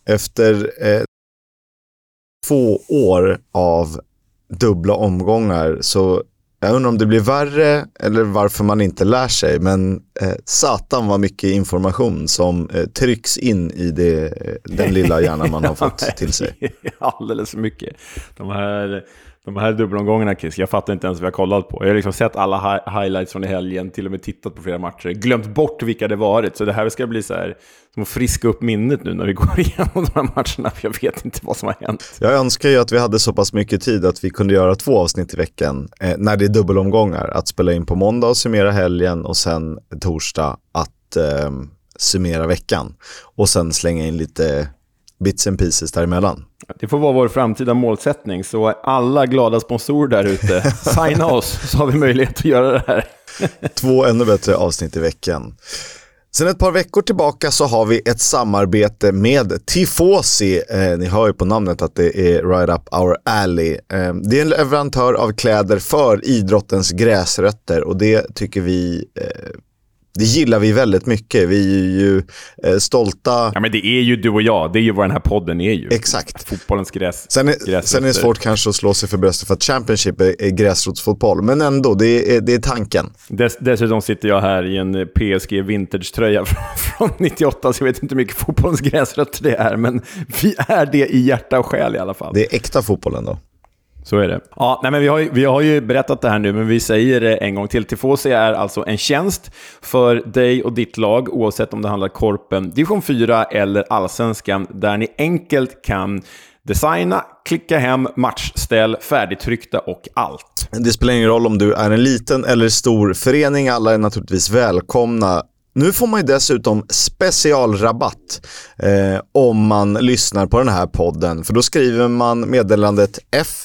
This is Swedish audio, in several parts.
Efter 2 år av dubbla omgångar så jag undrar om det blir värre eller varför man inte lär sig, men satan vad mycket information som trycks in i den lilla hjärnan man har fått till sig. Alldeles för mycket. De här dubbelomgångarna, Kiss, jag fattar inte ens vad jag har kollat på. Jag har liksom sett alla highlights från i helgen, till och med tittat på flera matcher, glömt bort vilka det varit. Så det här ska bli så här som att friska upp minnet nu när vi går igenom de här matcherna, för jag vet inte vad som har hänt. Jag önskar ju att vi hade så pass mycket tid att vi kunde göra 2 avsnitt i veckan när det är dubbelomgångar. Att spela in på måndag och summera helgen och sen torsdag att summera veckan. Och sen slänga in lite bits and pieces däremellan. Det får vara vår framtida målsättning, så alla glada sponsorer där ute, signa oss så har vi möjlighet att göra det här. 2 ännu bättre avsnitt i veckan. Sen ett par veckor tillbaka så har vi ett samarbete med Tifosi. Ni hör ju på namnet att det är right up our alley. Det är en leverantör av kläder för idrottens gräsrötter och det tycker vi... Det gillar vi väldigt mycket. Vi är ju stolta. Ja, men det är ju du och jag. Det är ju vad den här podden är ju. Exakt. Fotbollens Sen är det svårt kanske att slå sig för bröstet för att Championship är gräsrotsfotboll. Men ändå, det är tanken. Dessutom sitter jag här i en PSG vintage-tröja från 98. Så jag vet inte hur mycket fotbollens gräsrötter det är. Men vi är det i hjärta och själ i alla fall. Det är äkta fotbollen då. Så är det. Ja, nej, men vi har ju berättat det här nu, men vi säger det en gång till. Tifosi är alltså en tjänst för dig och ditt lag, oavsett om det handlar Korpen, Division 4 eller Allsvenskan, där ni enkelt kan designa, klicka hem matchställ, färdigtryckta och allt. Det spelar ingen roll om du är en liten eller stor förening, alla är naturligtvis välkomna. Nu får man ju dessutom specialrabatt om man lyssnar på den här podden. För då skriver man meddelandet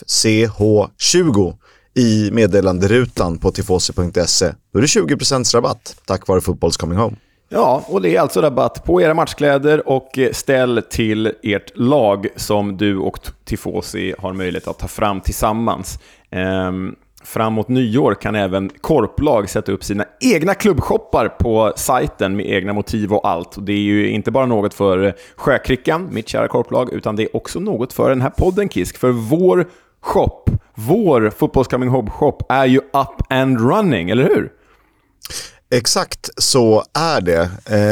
FCH20 i meddelanderutan på tifosi.se. Då är det 20% rabatt tack vare Football's Coming Home. Ja, och det är alltså rabatt på era matchkläder och ställ till ert lag som du och Tifosi har möjlighet att ta fram tillsammans. Framåt nyår kan även korplag sätta upp sina egna klubbshoppar på sajten med egna motiv och allt. Och det är ju inte bara något för Sjökrickan, mitt kära korplag, utan det är också något för den här podden, Kisk. För vår shop, vår Football's Coming Home shop är ju up and running, eller hur? Exakt så är det.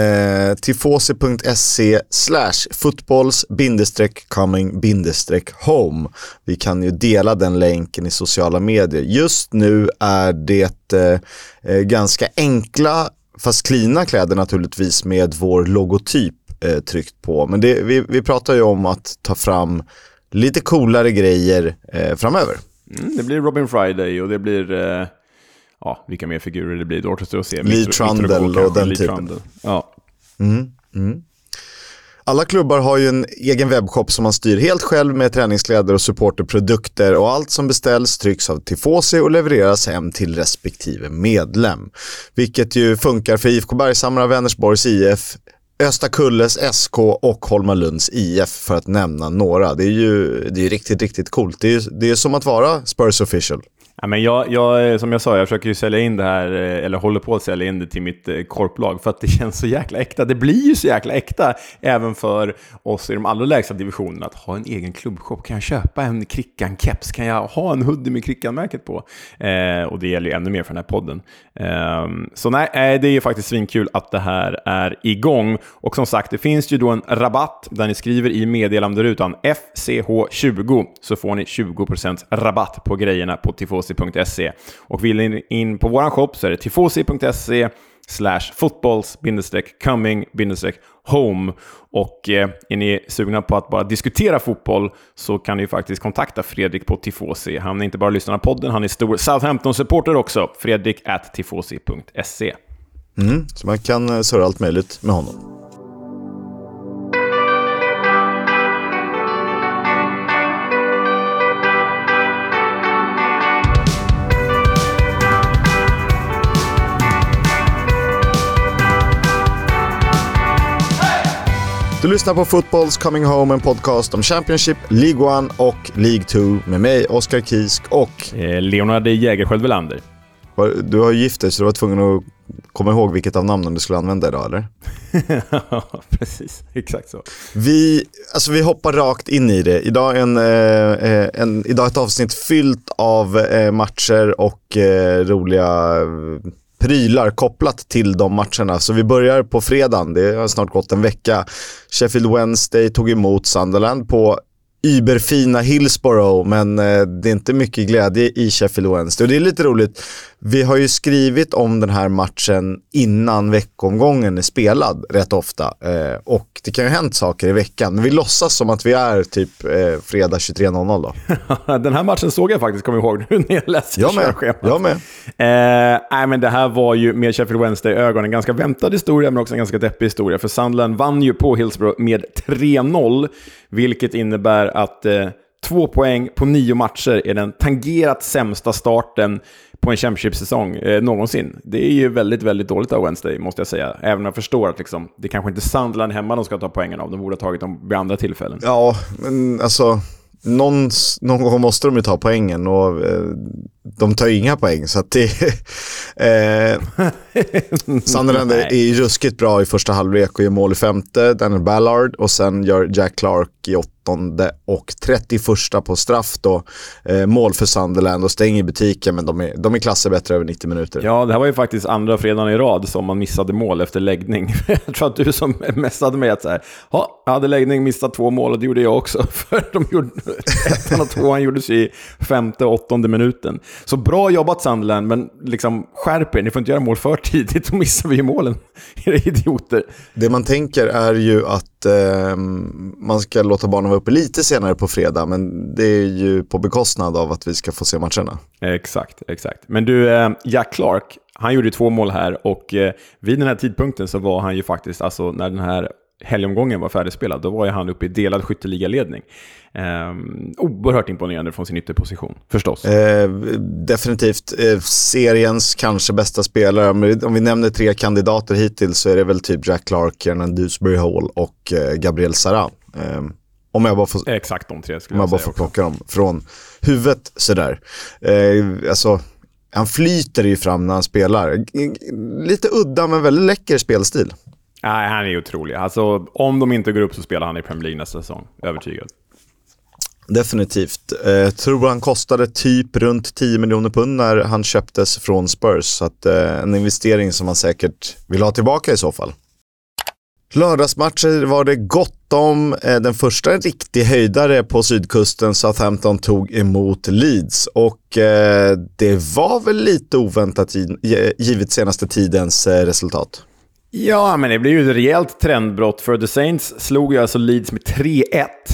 tifosi.se/footballs-coming-home. Vi kan ju dela den länken i sociala medier. Just nu är det ganska enkla, fast klina kläder naturligtvis med vår logotyp tryckt på. Men vi pratar ju om att ta fram lite coolare grejer framöver. Det blir Robin Friday och det blir... Ja, vilka mer figurer det blir. Det återstår att se. Lee Trundle och den typen. Ja. Alla klubbar har ju en egen webbshop som man styr helt själv med träningskläder och supporterprodukter. Och allt som beställs trycks av Tifosi och levereras hem till respektive medlem. Vilket ju funkar för IFK Bergshamra, Vänersborgs IF, Östakulles SK och Holmalunds IF för att nämna några. Det är ju riktigt, riktigt coolt. Det är som att vara Spurs official. Ja, men jag, som jag sa, jag försöker ju sälja in det här, eller håller på att sälja in det till mitt korplag för att det känns så jäkla äkta. Det blir ju så jäkla äkta även för oss i de allra lägsta divisionerna att ha en egen klubbshop. Kan jag köpa en Krickan-keps? Kan jag ha en hoodie med Krickan-märket på? Och det gäller ju ännu mer för den här podden. Så nej, det är ju faktiskt svinkul att det här är igång. Och som sagt, det finns ju då en rabatt där ni skriver i meddelanderutan FCH20 så får ni 20% rabatt på grejerna på tifosi.se. Och vill ni in på våran shop så är det tifosi.se/footballs-coming-home. Och är ni sugna på att bara diskutera fotboll så kan ni faktiskt kontakta Fredrik på Tifosi. Han är inte bara lyssnar på podden, han är stor Southampton-supporter också. Fredrik@tifosi.se. Så man kan surra allt möjligt med honom. Du lyssnar på Football's Coming Home, en podcast om Championship, League 1 och League 2 med mig, Oskar Kisk och Leonard Jägerskiöld Welander. Du har gift dig så du var tvungen att Kommer ihåg vilket av namnen du skulle använda idag, eller? Ja, precis. Exakt så. Vi hoppar rakt in i det. Idag idag ett avsnitt fyllt av matcher och roliga prylar kopplat till de matcherna. Så vi börjar på fredagen. Det har snart gått en vecka. Sheffield Wednesday tog emot Sunderland på überfina Hillsborough, men det är inte mycket glädje i Sheffield Wednesday. Och det är lite roligt. Vi har ju skrivit om den här matchen innan veckomgången är spelad rätt ofta. Och det kan ju ha hänt saker i veckan. Men vi låtsas som att vi är typ fredag 23.00 då. Den här matchen såg jag faktiskt, kommer ihåg nu när jag läste körschemat. Jag med. Nej, men det här var ju med Sheffield Wednesday-ögonen en ganska väntad historia, men också en ganska deppig historia. För Sunderland vann ju på Hillsborough med 3-0, vilket innebär att 2 poäng på 9 matcher är den tangerat sämsta starten på en Championship-säsong någonsin. Det är ju väldigt, väldigt dåligt av Wednesday, måste jag säga. Även om jag förstår att liksom, det kanske inte Sunderland hemma de ska ta poängen av. De borde ha tagit dem vid andra tillfällen. Ja, men alltså någon gång måste de ju ta poängen och de tar ju inga poäng, så att det Sunderland är ruskigt bra i första halvlek och gör mål i 5:e, Daniel Ballard, och sen gör Jack Clark i 8:e och 31:a på straff då, mål för Sunderland och stänger butiken, men de är klasser bättre över 90 minuter. Ja, det här var ju faktiskt andra fredagen i rad som man missade mål efter läggning. Jag tror att du som messade mig att så här, jag hade läggning, missat 2 mål, och det gjorde jag också, för de gjorde 1 och 2, han gjordes i 5:e och 8:e minuten. Så bra jobbat Sunderland, men liksom skärp er, ni får inte göra mål för tidigt, då missar vi ju målen. Era idioter. Det man tänker är ju att man ska låta barnen vara uppe lite senare på fredag, men det är ju på bekostnad av att vi ska få se matcherna. Exakt. Men du, Jack Clark, han gjorde 2 mål här, och vid den här tidpunkten så var han ju faktiskt, alltså när den här helgomgången var färdigspelad, då var ju han uppe i delad skytteligaledning. Oerhört imponerande från sin ytterposition, förstås. Definitivt seriens kanske bästa spelare. Men om vi nämner 3 kandidater hittills så är det väl typ Jack Clark, Kiernan Dewsbury Hall och Gabriel Sara. Om jag bara får, exakt de 3 skulle om jag bara får plocka dem från huvudet sådär. Alltså, han flyter ju fram när han spelar. Lite udda men väldigt läcker spelstil. Nej, han är ju otrolig. Alltså, om de inte går upp så spelar han i Premier League nästa säsong. Övertygad. Definitivt. Tror han kostade typ runt 10 miljoner pund när han köptes från Spurs. Så att, en investering som man säkert vill ha tillbaka i så fall. Lördagsmatcher var det gott om. Den första riktig höjdare på sydkusten, Southampton, tog emot Leeds. Och det var väl lite oväntat givet senaste tidens resultat. Ja, men det blev ju ett rejält trendbrott, för The Saints slog ju alltså Leeds med 3-1.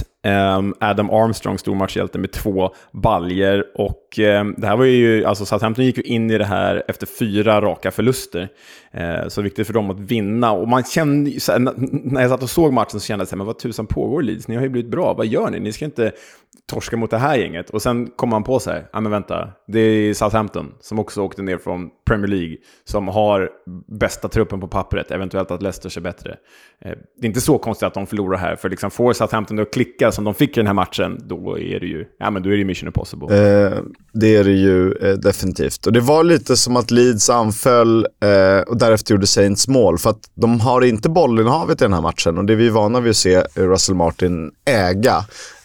Adam Armstrong, stormatchhjälte, med 2 baljer, och det här var ju, alltså Southampton gick ju in i det här efter 4 raka förluster, så viktigt för dem att vinna, och man kände ju, när jag satt och såg matchen så kände jag så här, men vad tusan pågår Leeds, ni har ju blivit bra, vad gör ni ska inte torska mot det här gänget. Och sen kom man på så här, men vänta, det är Southampton som också åkte ner från Premier League, som har bästa truppen på pappret, eventuellt att Leicester är bättre. Det är inte så konstigt att de förlorar här, för liksom får Southampton att klicka som de fick i den här matchen, då är det ju, då är det mission impossible. Det är det ju definitivt. Och det var lite som att Leeds anföll och därefter gjorde Saints mål, för att de har inte bollinnehavet i den här matchen, och det är vi vana vid att se Russell Martin äga.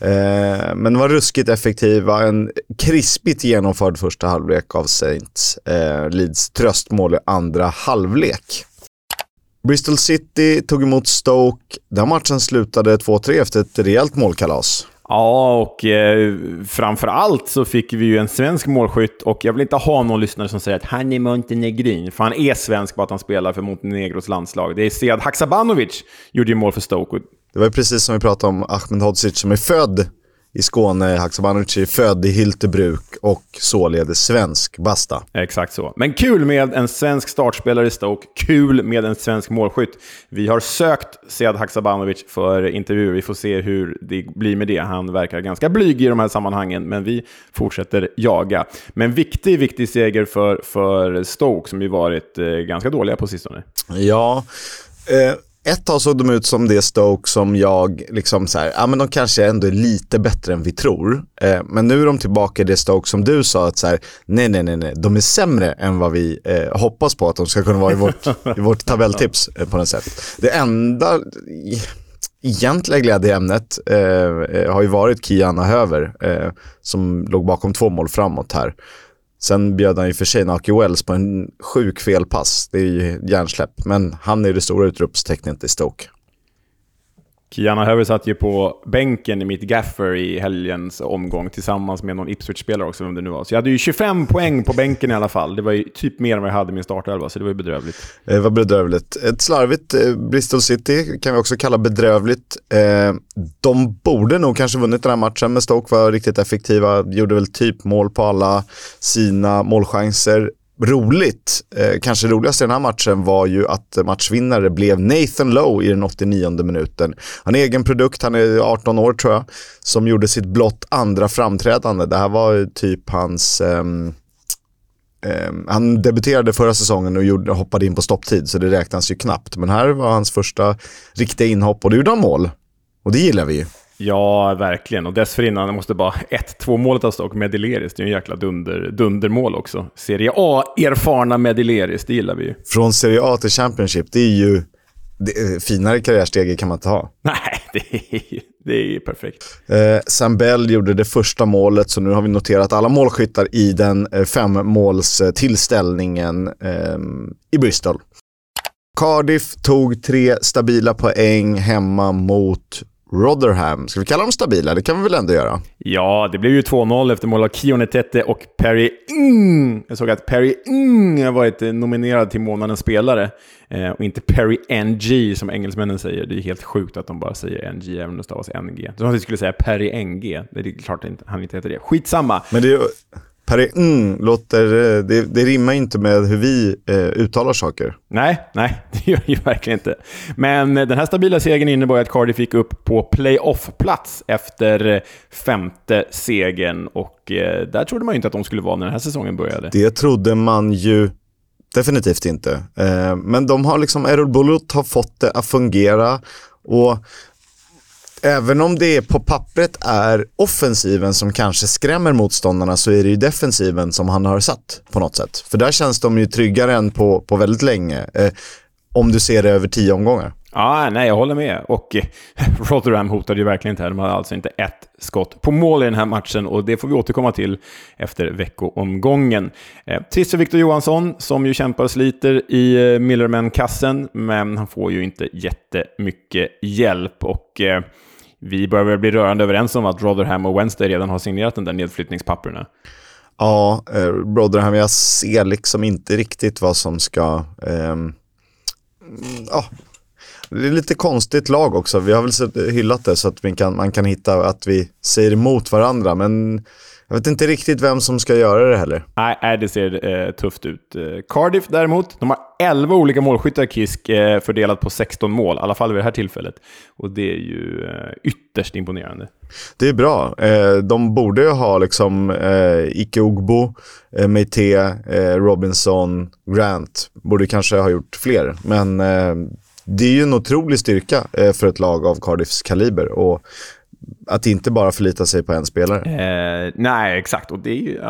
Men var ruskigt effektiva, en krispigt genomförd första halvlek av Saints. Leeds tröstmål i andra halvlek. Bristol City tog emot Stoke. Den matchen slutade 2-3 efter ett rejält målkalas. Ja, och framförallt så fick vi ju en svensk målskytt, och jag vill inte ha någon lyssnare som säger att han är montenegrin, för han är svensk på att han spelar för Montenegros landslag. Det är Sead Haksabanovic, gjorde ju mål för Stoke. Det var precis som vi pratade om Ahmed Hodzic, som är född i Skåne. Haksabanovic är född i Hyltebruk och således svensk, basta. Exakt så. Men kul med en svensk startspelare i Stoke, kul med en svensk målskytt. Vi har sökt Sead Haksabanovic för intervjuer, vi får se hur det blir med det. Han verkar ganska blyg i de här sammanhangen, men vi fortsätter jaga. Men viktig seger för Stoke, som ju varit ganska dåliga på sistone. Ja, ett tag såg de ut som det Stoke som jag liksom så här, ja men de kanske ändå är lite bättre än vi tror. Men nu är de tillbaka i det Stoke som du sa att så här, nej, de är sämre än vad vi hoppas på att de ska kunna vara i vårt tabelltips på något sätt. Det enda egentliga glädjeämnet har ju varit Kiana Höver som låg bakom 2 mål framåt här. Sen bjöd han ju för sig Naki Wells på en sjuk felpass. Det är ju hjärnsläpp. Men han är det stora utropstecknet i Stoke. Kiana Höver satt ju på bänken i mitt gaffer i helgens omgång tillsammans med någon Ipswich-spelare också under nu. Så jag hade ju 25 poäng på bänken i alla fall. Det var ju typ mer än vad jag hade i min startelva, så det var ju bedrövligt. Det var bedrövligt. Ett slarvigt Bristol City kan vi också kalla bedrövligt. De borde nog kanske vunnit den här matchen, men Stoke var riktigt effektiva. Gjorde väl typ mål på alla sina målchanser. Roligt, kanske roligast i den här matchen var ju att matchvinnare blev Nathan Lowe i den 89:e minuten. Han är egen produkt, han är 18 år tror jag, som gjorde sitt blott andra framträdande. Det här var typ hans... han debuterade förra säsongen och hoppade in på stopptid, så det räknas ju knappt. Men här var hans första riktiga inhopp och det gjorde han mål. Och det gillar vi ju. Ja, verkligen. Och dessförinnan måste bara 1-2 målet av Stoke Medeleris. Det är ju en jäkla dundermål också. Serie A-erfarna Medeleris, det gillar vi ju. Från Serie A till Championship, det är ju finare karriärsteg kan man inte ha. Nej, det är ju perfekt. Sam Bell gjorde det första målet, så nu har vi noterat alla målskyttar i den 5-måls tillställningen i Bristol. Cardiff tog 3 stabila poäng hemma mot Rotherham. Ska vi kalla dem stabila? Det kan vi väl ändå göra? Ja, det blev ju 2-0 efter mål av Kionetete och Perry Jag såg att Perry har varit nominerad till månadens spelare och inte Perry NG som engelsmännen säger. Det är helt sjukt att de bara säger NG även om det stavas NG. Så att vi skulle säga Perry NG. Det är klart att han inte heter det. Skitsamma. Men det är Perry låter, det rimmar inte med hur vi uttalar saker. Nej, det gör ju verkligen inte. Men den här stabila segern innebar att Cardiff fick upp på playoff-plats efter 5:e segern. Och där trodde man ju inte att de skulle vara när den här säsongen började. Det trodde man ju definitivt inte. Men de har liksom, Errol Bulut har fått det att fungera. Och även om det på pappret är offensiven som kanske skrämmer motståndarna, så är det ju defensiven som han har satt på något sätt. För där känns de ju tryggare än på väldigt länge. Om du ser det över 10 omgångar. Ja, nej, jag håller med. Och Rotherham hotade ju verkligen inte här. De hade alltså inte ett skott på mål i den här matchen, och det får vi återkomma till efter veckoomgången. Trist för Victor Johansson som ju kämpar och sliter i Millerman-kassen, men han får ju inte jättemycket hjälp, och vi börjar väl bli rörande överens om att Rotherham och Wednesday redan har signerat den där nedflyttningspapperna. Ja, Rotherham, jag ser liksom inte riktigt vad som ska... Det är lite konstigt lag också. Vi har väl hyllat det så att man kan hitta att vi säger emot varandra, men jag vet inte riktigt vem som ska göra det heller. Nej, det ser tufft ut. Cardiff däremot, de har 11 olika målskyttar, Kisk, fördelat på 16 mål, i alla fall vid det här tillfället. Och det är ju ytterst imponerande. Det är bra. De borde ju ha liksom Ike Ogbo, Meite, Robinson, Grant. Borde kanske ha gjort fler, men det är ju en otrolig styrka för ett lag av Cardiffs kaliber, och att inte bara förlita sig på en spelare. Nej, exakt. Och det är ju,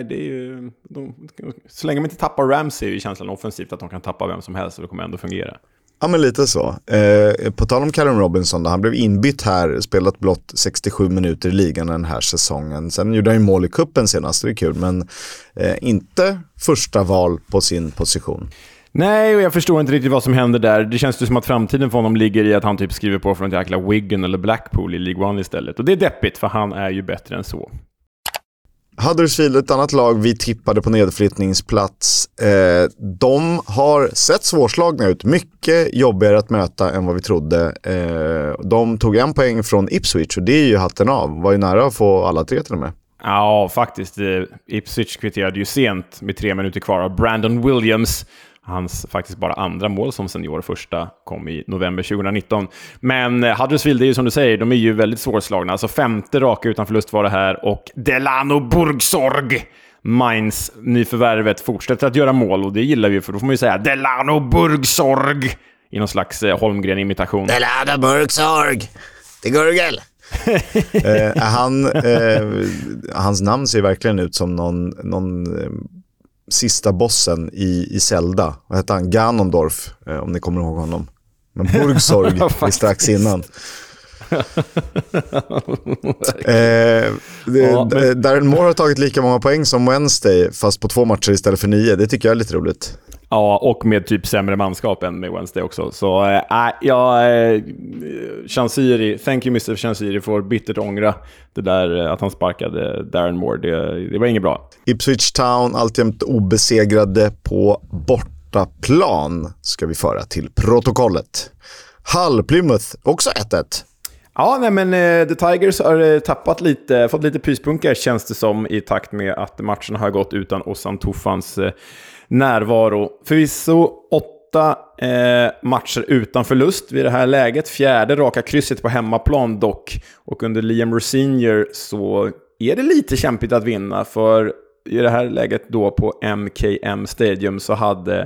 så länge man inte tappar Ramsey är ju känslan offensivt att de kan tappa vem som helst, och det kommer ändå fungera. Ja, men lite så. På tal om Callum Robinson, han blev inbytt här, spelat blott 67 minuter i ligan den här säsongen. Sen gjorde han ju mål i kuppen senast, det är kul, men inte första val på sin position. Nej, och jag förstår inte riktigt vad som händer där. Det känns ju som att framtiden för honom ligger i att han typ skriver på från ett jäkla Wigan eller Blackpool i League One istället. Och det är deppigt, för han är ju bättre än så. Huddersfield, ett annat lag vi tippade på nedflyttningsplats. De har sett svårslagna ut. Mycket jobbigare att möta än vad vi trodde. De tog 1 poäng från Ipswich, och det är ju hatten av. Var ju nära att få alla 3 till och med. Ja, faktiskt. Ipswich kvitterade ju sent med 3 minuter kvar av Brandon Williams. Hans faktiskt bara andra mål som senior, första kom i november 2019. Men Huddersfield, det är ju som du säger, de är ju väldigt svårslagna. Alltså 5:e raka utan förlust var det här, och Delano Burgsorg, Mainz nyförvärvet, fortsätter att göra mål, och det gillar vi, för då får man ju säga Delano Burgsorg i någon slags Holmgren-imitation. Det lärda burksorg, det gurgel. Hans namn ser verkligen ut som någon sista bossen i Zelda. Vad heter han? Ganondorf, om ni kommer ihåg honom. Men Burgsorg är strax innan. Darren Moore har tagit lika många poäng som Wednesday, fast på 2 matcher istället för 9. Det tycker jag är lite roligt. Ja, och med typ sämre manskap än med Wednesday också. Så Chansiri, thank you Mr. Chansiri, får bittert ångra det där att han sparkade Darren Moore. Det var inget bra. Ipswich Town, alltid obesegrade på bortaplan, ska vi föra till protokollet. Hull Plymouth, också 1-1. Ja, nej, men The Tigers har fått lite pyspunkar, känns det som, i takt med att matcherna har gått utan Ozan Tufans närvaro. Förvisso 8 matcher utan förlust vid det här läget. 4:e raka krysset på hemmaplan dock. Och under Liam Rosenior så är det lite kämpigt att vinna, för i det här läget då på MKM Stadium så hade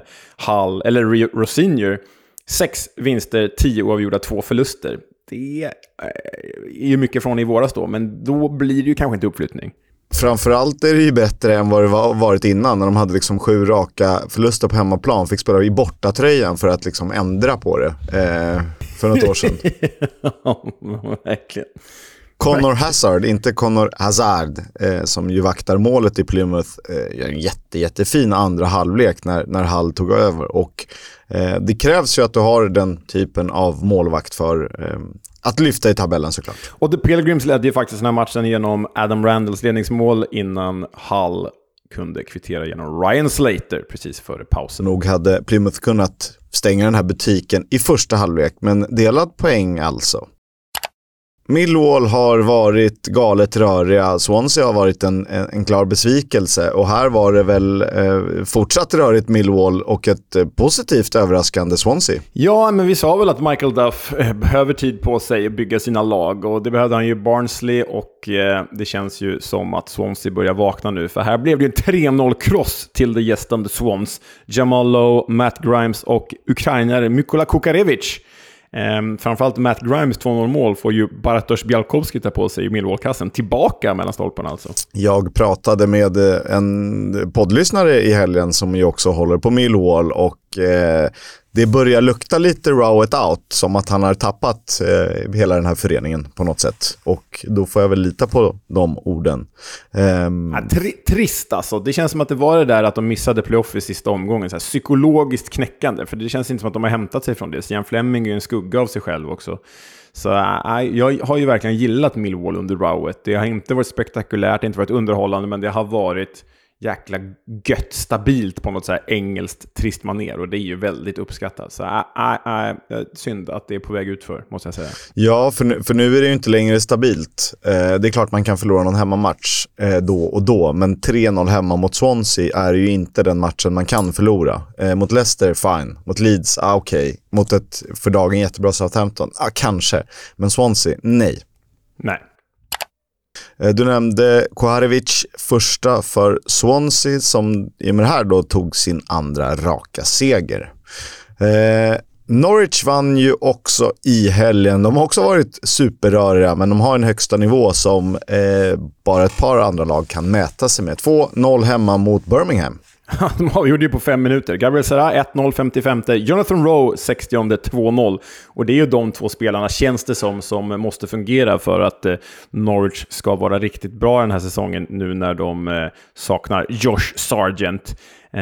Rosenior 6 vinster, 10 oavgjorda, 2 förluster. Det är ju mycket från i våras då, men då blir det ju kanske inte uppflyttning. Framförallt är det ju bättre än vad det varit innan, när de hade liksom 7 raka förluster på hemmaplan, fick spela i bortatröjan för att liksom ändra på det för något år sedan. Ja, verkligen. Connor Hazard, inte Connor Hazard, som ju vaktar målet i Plymouth, gör en jättefin andra halvlek när Hull tog över. Och det krävs ju att du har den typen av målvakt för att lyfta i tabellen såklart. Och The Pilgrims ledde ju faktiskt den här matchen genom Adam Randalls ledningsmål innan Hull kunde kvittera genom Ryan Slater precis före pausen. Nog hade Plymouth kunnat stänga den här butiken i första halvlek, men delad poäng alltså. Millwall har varit galet röriga, Swansea har varit en klar besvikelse, och här var det väl fortsatt rörigt Millwall och ett positivt överraskande Swansea. Ja, men vi sa väl att Michael Duff behöver tid på sig att bygga sina lag, och det behövde han ju Barnsley, och det känns ju som att Swansea börjar vakna nu, för här blev det en 3-0-kross till det gästande Swans. Jamal Lowe, Matt Grimes och ukrainare Mykola Kukarevic. Framförallt Matt Grimes 2-0-mål får ju Bartosz Bialkowski ta på sig i Millwall-kassen. Tillbaka mellan stolparna alltså. Jag pratade med en poddlyssnare i helgen som ju också håller på Millwall, och det börjar lukta lite raw it out, som att han har tappat hela den här föreningen på något sätt. Och då får jag väl lita på de orden. Trist alltså. Det känns som att det var det där att de missade playoff i sista omgången. Så här, psykologiskt knäckande. För det känns inte som att de har hämtat sig från det. Stian Fleming är ju en skugga av sig själv också. Så jag har ju verkligen gillat Millwall under Rowett. Det har inte varit spektakulärt, det har inte varit underhållande, men det har varit jäkla gött stabilt på något så här engelskt trist maner, och det är ju väldigt uppskattat. Så synd att det är på väg utför, måste jag säga. Ja, för nu är det ju inte längre stabilt. Det är klart man kan förlora någon hemmamatch då och då, men 3-0 hemma mot Swansea är ju inte den matchen man kan förlora. Mot Leicester, fine. Mot Leeds, okej. Mot ett för dagen jättebra Southampton, kanske. Men Swansea, nej. Nej. Du nämnde Kuharevic, första för Swansea, som i och med det här då tog sin andra raka seger. Norwich vann ju också i helgen. De har också varit superröriga, men de har en högsta nivå som bara ett par andra lag kan mäta sig med. 2-0 hemma mot Birmingham. De avgjorde ju på 5 minuter. Gabriel Sara 1-0 55. Jonathan Rowe 60 2-0. Och det är ju de 2 spelarna, känns det som måste fungera för att Norwich ska vara riktigt bra den här säsongen, nu när de saknar Josh Sargent.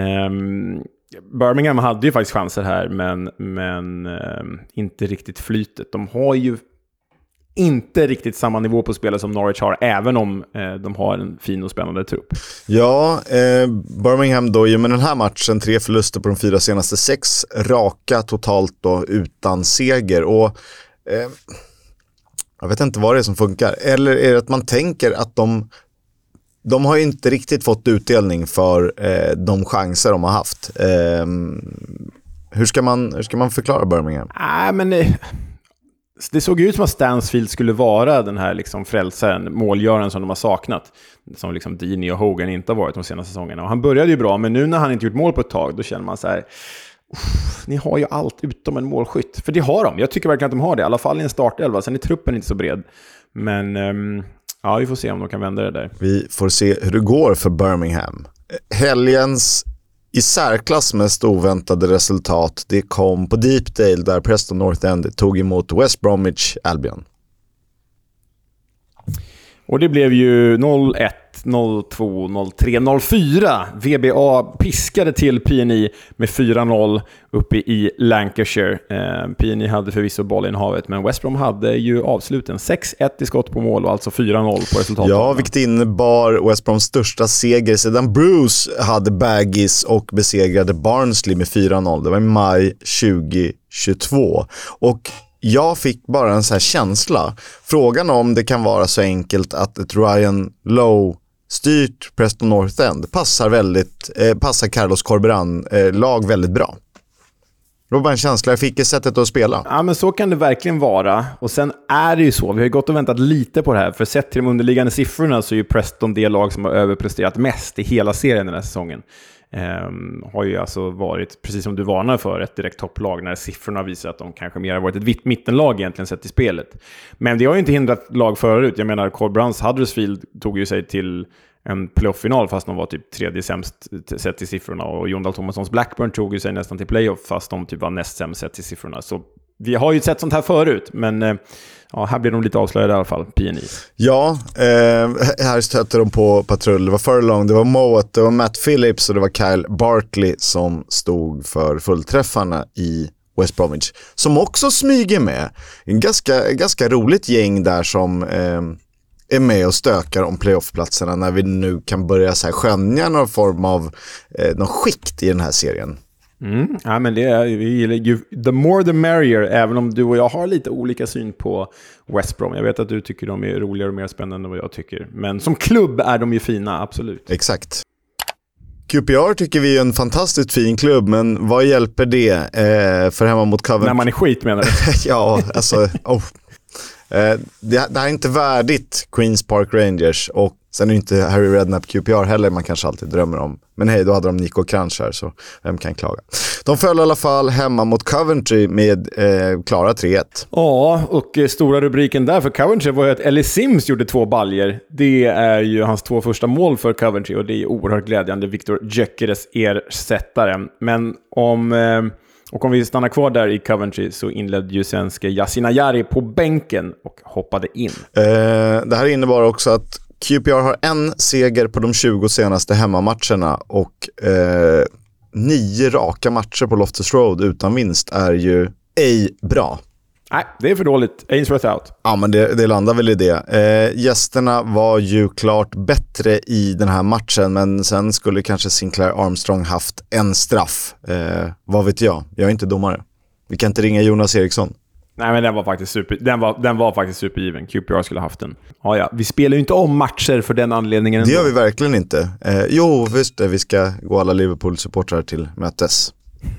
Birmingham hade ju faktiskt chanser här, men inte riktigt flytet. De har ju inte riktigt samma nivå på spelet som Norwich har, även om de har en fin och spännande trupp. Ja, Birmingham då, ju med den här matchen 3 förluster på de 4 senaste, 6 raka totalt då utan seger, och jag vet inte vad det är som funkar. Eller är det att man tänker att de har inte riktigt fått utdelning för de chanser de har haft. Hur ska man förklara Birmingham? Men det såg ut som att Stansfield skulle vara den här liksom frälsaren, målgöraren som de har saknat, som liksom Dini och Hogan inte har varit de senaste säsongerna. Och han började ju bra, men nu när han inte gjort mål på ett tag, då känner man så här, ni har ju allt utom en målskytt. För det har de. Jag tycker verkligen att de har det. I alla fall i en startelva. Sen är truppen inte så bred. Men ja, vi får se om de kan vända det där. Vi får se hur det går för Birmingham. Helgens i särklass mest oväntade resultat, det kom på Deepdale där Preston North End tog emot West Bromwich Albion. Och det blev ju 0-1, 0-2, 0-3, 0-4. VBA piskade till PNI med 4-0 uppe i Lancashire. PNI hade förvisso bollinnehavet, men West Brom hade ju avsluten 6-1 i skott på mål och alltså 4-0 på resultatet. Ja, vilket innebar West Broms största seger sedan Bruce hade Baggies och besegrade Barnsley med 4-0. Det var i maj 2022. Och jag fick bara en så här känsla. Frågan om det kan vara så enkelt att ett Ryan Lowe-styrt Preston North End passar Carlos Corberan lag väldigt bra. Det var bara en känsla jag fick i sättet att spela. Ja, men så kan det verkligen vara. Och sen är det ju så. Vi har ju gått och väntat lite på det här. För sett till de underliggande siffrorna så är ju Preston det lag som har överpresterat mest i hela serien den här säsongen. Har ju alltså varit, precis som du varnar för, ett direkt topplag när siffrorna visar att de kanske mer har varit ett vitt mittenlag egentligen sett i spelet. Men det har ju inte hindrat lag förut. Jag menar, Corberans Huddersfield tog ju sig till en playoff-final fast de var typ tredje sämst sett i siffrorna, och Jon Dahl Tomassons Blackburn tog ju sig nästan till playoff fast de typ var näst sämst sett i siffrorna. Så vi har ju sett sånt här förut, men ja, här blir de lite avslöjade i alla fall, PNI. Ja, här stötte de på patrull. Det var Furlong, det var Mowat, det var Matt Phillips och det var Kyle Barkley som stod för fullträffarna i West Bromwich. Som också smyger med. En ganska roligt gäng där som är med och stökar om playoffplatserna när vi nu kan börja så här skönja någon form av någon skikt i den här serien. Ja, men det är, vi gillar ju the more the merrier, även om du och jag har lite olika syn på West Brom. Jag vet att du tycker de är roligare och mer spännande än vad jag tycker. Men som klubb är de ju fina, absolut. Exakt. QPR tycker vi är en fantastiskt fin klubb, men vad hjälper det för hemma mot Coventry? När man är skit, menar du? Ja, alltså... Det här är inte värdigt Queens Park Rangers, och sen är det inte Harry Redknapp QPR heller man kanske alltid drömmer om. Men hej, då hade de Nico Crunch här, så vem kan klaga? De föll i alla fall hemma mot Coventry med klara 3-1. Ja, och stora rubriken där för Coventry var ju att Ellie Sims gjorde 2 baljer. Det är ju hans 2 första mål för Coventry och det är oerhört glädjande. Victor Gyökeres ersättare. Men om vi stannar kvar där i Coventry så inledde ju svenska Yasin Ayari på bänken och hoppade in. Det här innebar också att QPR har en seger på de 20 senaste hemmamatcherna och 9 raka matcher på Loftus Road utan vinst är ju ej bra. Nej, det är för dåligt. Ainsworth out. Ja, men det landar väl i det. Gästerna var ju klart bättre i den här matchen, men sen skulle kanske Sinclair Armstrong haft en straff. Vad vet jag? Jag är inte domare. Vi kan inte ringa Jonas Eriksson. Nej, men den var faktiskt supergiven. QPR skulle ha haft den. Ja, vi spelar ju inte om matcher för den anledningen ändå. Det gör vi verkligen inte. Jo, visst det. Vi ska gå alla Liverpool-supportrar till mötes.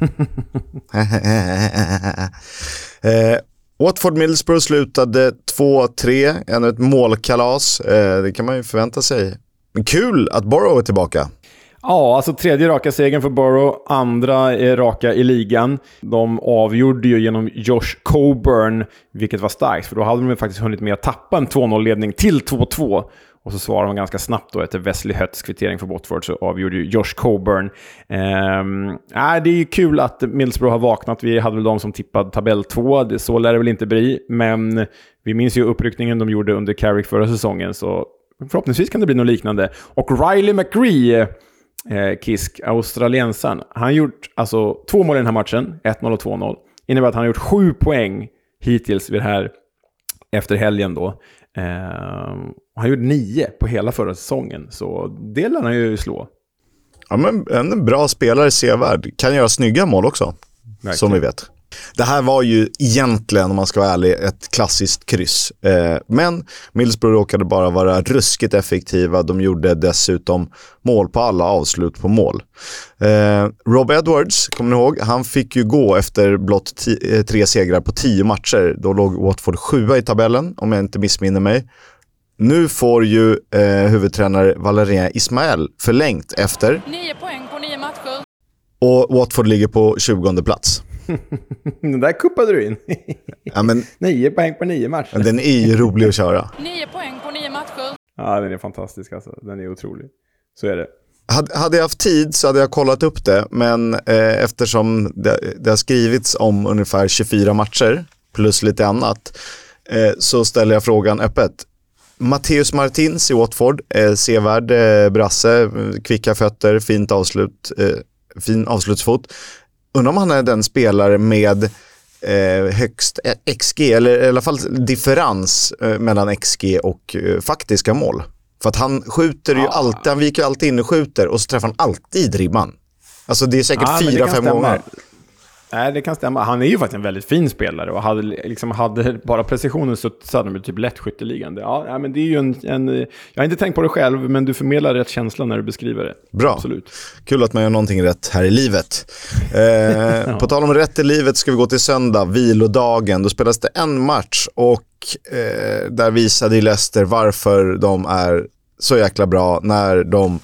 Watford Middlesbrough slutade 2-3. Ännu ett målkalas. Det kan man ju förvänta sig. Men kul att Borough är tillbaka. Ja, alltså 3:e raka segern för Borough, 2:a raka i ligan. De avgjorde ju genom Josh Coburn, vilket var starkt, för då hade de faktiskt hunnit med att tappa en 2-0-ledning till 2-2. Och så svarade de ganska snabbt då efter Wesley Hötts kvittering för Watford, så avgjorde ju Josh Coburn. Det är ju kul att Middlesbrough har vaknat. Vi hade väl de som tippade tabell 2, så lär det väl inte bli. Men vi minns ju uppryckningen de gjorde under Carrick förra säsongen, så förhoppningsvis kan det bli något liknande. Och Riley McGree, Kisk, australiensaren, han har gjort alltså 2 mål i den här matchen, 1-0 och 2-0. Innebär att han har gjort 7 poäng hittills vid det här efter helgen då. Han gjorde 9 på hela förra säsongen, så det lär han ju slå. Ja, men en bra spelare, sevärd. Kan göra snygga mål också, verkligen. Som vi vet. Det här var ju egentligen, om man ska vara ärlig, ett klassiskt kryss. Men Middlesbrough råkade bara vara ruskigt effektiva. De gjorde dessutom mål på alla avslut på mål. Rob Edwards, kommer ni ihåg? Han fick ju gå efter blott 3 segrar på 10 matcher. Då låg Watford 7 i tabellen, om jag inte missminner mig. Nu får ju huvudtränare Valérien Ismaël förlängt efter 9 poäng på 9 matcher. Och Watford ligger på 20:e plats. Den där kuppade du in. Ja, men 9 poäng på 9 matcher. den är ju rolig att köra. 9 poäng på 9 matcher. Ja, den är fantastisk alltså. Den är otrolig. Så är det. Hade jag haft tid så hade jag kollat upp det, men eftersom det har skrivits om ungefär 24 matcher plus lite annat, så ställer jag frågan öppet. Matteus Martins i Watford, sevärd brasse, kvicka fötter, fin avslutsfot. Undrar om han är den spelare med högst XG, eller i alla fall differens mellan XG och faktiska mål. För att han skjuter ju alltid, han viker ju alltid in och skjuter och så träffar han alltid ribban. Alltså det är säkert 4-5 gånger. Nej, det kan stämma. Han är ju faktiskt en väldigt fin spelare och hade bara precisionen så hade de typ lätt skytteligan. Ja, men det är ju en jag har inte tänkt på det själv, men du förmedlar rätt känsla när du beskriver det. Bra. Absolut. Kul att man gör någonting rätt här i livet. På tal om rätt i livet ska vi gå till söndag, vilodagen. Då spelas det en match och där visade Leicester varför de är så jäkla bra när de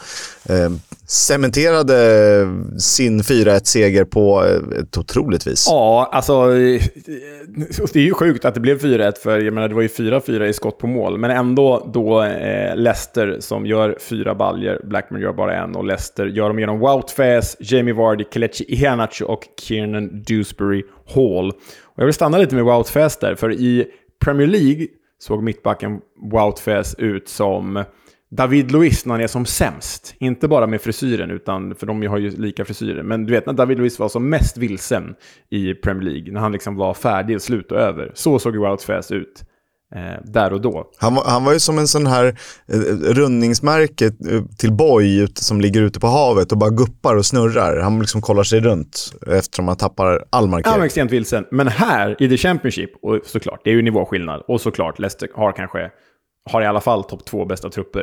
cementerade sin 4-1-seger på ett otroligt vis. Ja, alltså det är ju sjukt att det blev 4-1, för jag menar det var ju 4-4 i skott på mål, men ändå då Leicester som gör 4 baljer, Blackburn gör bara en, och Leicester gör dem genom Wout Faes, Jamie Vardy, Kelechi Iheanacho och Kiernan Dewsbury Hall. Och jag vill stanna lite med Wout Faes där, för i Premier League såg mittbacken Wout Faes ut som David Luiz när han är som sämst. Inte bara med frisyren, utan för de har ju lika frisyrer. Men du vet, när David Luiz var som mest vilsen i Premier League, när han liksom var färdig och slut och över, så såg ju Wout Faes ut där och då. Han var ju som en sån här rundningsmärke till boj som ligger ute på havet och bara guppar och snurrar. Han liksom kollar sig runt eftersom han tappar all markering. Han var extremt vilsen. Men här i The Championship, och såklart, det är ju nivåskillnad, och såklart Leicester har i alla fall topp 2 bästa trupper.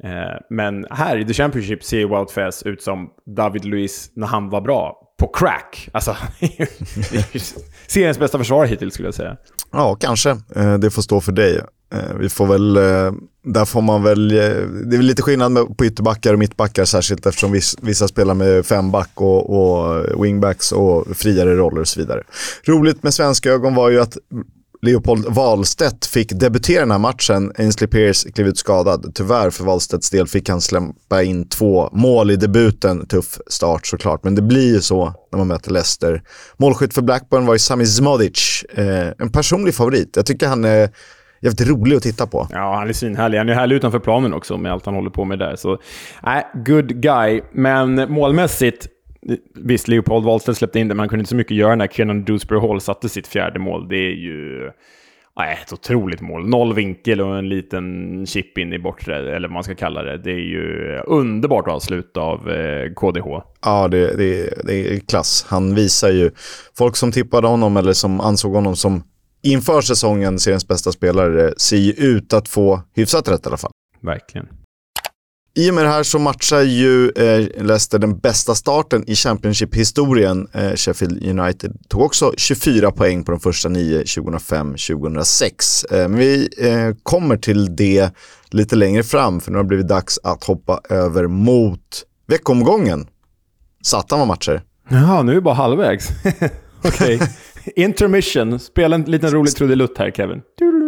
Men här i The Championship ser Wout Faes ut som David Luiz när han var bra på crack. Alltså, seriens bästa försvar hittills skulle jag säga. Ja, kanske. Det får stå för dig. Vi får väl, där får man väl, det är väl lite skillnad på ytterbackar och mittbackar, särskilt eftersom vissa spelar med 5-back och wingbacks och friare roller och så vidare. Roligt med svenska ögon var ju att Leopold Wahlstedt fick debutera den här matchen. Ainsley Pearce klev ut skadad. Tyvärr för Wahlstedts del fick han släppa in 2 mål i debuten. Tuff start såklart, men det blir ju så när man möter Leicester. Målskytt för Blackburn var ju Sami Zmodic. En personlig favorit. Jag tycker han är jävligt rolig att titta på. Ja, han är svinhärlig. Han är härlig utanför planen också med allt han håller på med där. Så, good guy. Men målmässigt, visst, Leopold Wahlstedt släppte in det, men han kunde inte så mycket göra när Kiernan Dewsbury Hall satte sitt 4:e mål. Det är ju ett otroligt mål. 0 vinkel och en liten chip in i bortre, eller vad man ska kalla det. Det är ju underbart avslut av KDH. Ja, det är klass. Han visar ju folk som tippade honom eller som ansåg honom som inför säsongen seriens bästa spelare, ser ju ut att få hyfsat rätt i alla fall. Verkligen. I och med det här så matchar ju Leicester den bästa starten i Championship-historien. Sheffield United tog också 24 poäng på de första 9, 2005-2006. Men vi kommer till det lite längre fram, för nu har det blivit dags att hoppa över mot veckomgången. Satan var matcher. Ja, nu är vi bara halvvägs. Okej. Intermission. Spela en liten rolig trudelutt här, Kevin.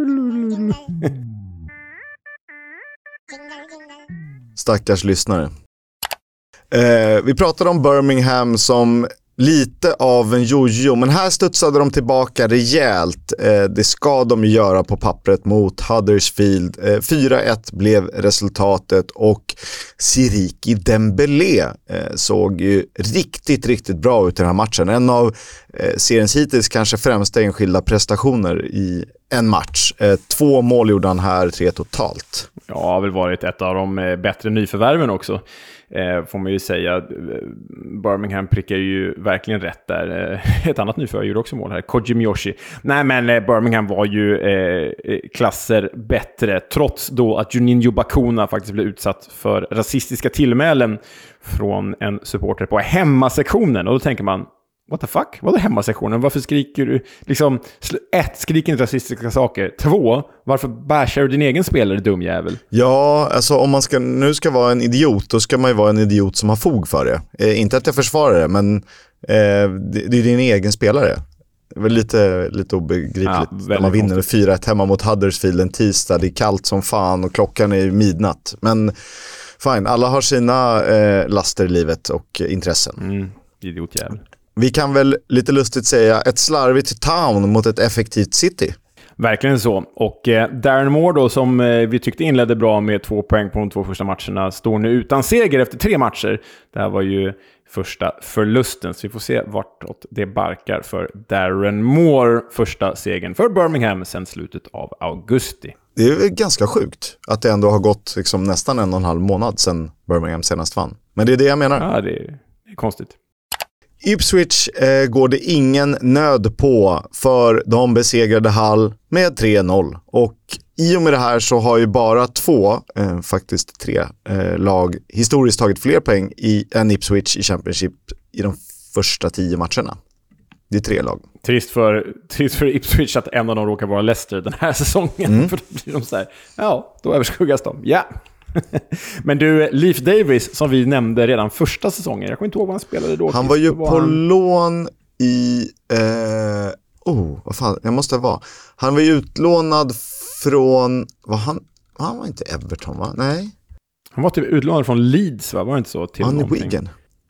Stackars lyssnare. Vi pratade om Birmingham som lite av en jojo, men här studsade de tillbaka rejält. Det ska de göra på pappret mot Huddersfield. 4-1 blev resultatet och Siriki Dembélé såg ju riktigt bra ut i den här matchen. En av seriens hittills kanske främsta enskilda prestationer i en match. 2 mål gjorde han här, 3 totalt. Ja, har väl varit ett av de bättre nyförvärven också. Får man ju säga. Birmingham prickar ju verkligen rätt där. Ett annat nyförvärv gjorde också mål här, Koji Miyoshi. Nej, men Birmingham var ju klasser bättre, trots då att Juninho Bacuna faktiskt blev utsatt för rasistiska tillmälen från en supporter på hemmasektionen. Och då tänker man, what the fuck? Vad är hemmasektionen? Varför skriker du liksom, skriker inte rasistiska saker. 2, varför bashar du din egen spelare, dum jävel? Ja, alltså om man ska vara en idiot, då ska man ju vara en idiot som har fog för det. Inte att jag försvarar det, men det är din egen spelare. Det är väl lite obegripligt när man vinner 4-1 hemma mot Huddersfield en tisdag. Det är kallt som fan och klockan är midnatt. Men fine, alla har sina laster i livet och intressen. Idiotjävel. Vi kan väl lite lustigt säga ett slarvigt Town mot ett effektivt City. Verkligen så. Och Darren Moore då, som vi tyckte inledde bra med 2 poäng på de 2 första matcherna, står nu utan seger efter 3 matcher. Det här var ju första förlusten, så vi får se vartåt det barkar för Darren Moore. Första segern för Birmingham sedan slutet av augusti. Det är ganska sjukt att det ändå har gått liksom nästan 1,5 månad sedan Birmingham senast vann. Men det är det jag menar. Ja, det är konstigt. Ipswich går det ingen nöd på, för de besegrade Hull med 3-0. Och i och med det här så har ju bara 3 lag historiskt tagit fler poäng än Ipswich i Championship i de första 10 matcherna. Det är 3 lag. Trist för Ipswich att en av dem råkar vara Leicester den här säsongen. För då blir de så här, ja, då överskuggas de. Ja. Men du, Leif Davis, som vi nämnde redan första säsongen, jag kommer inte ihåg vad han spelade då. Han var ju på lån i vad fan, jag måste vara. Han var ju utlånad från han var inte Everton, va? Nej. Han var typ utlånad från Leeds, va? Var det inte så? Till Wigan.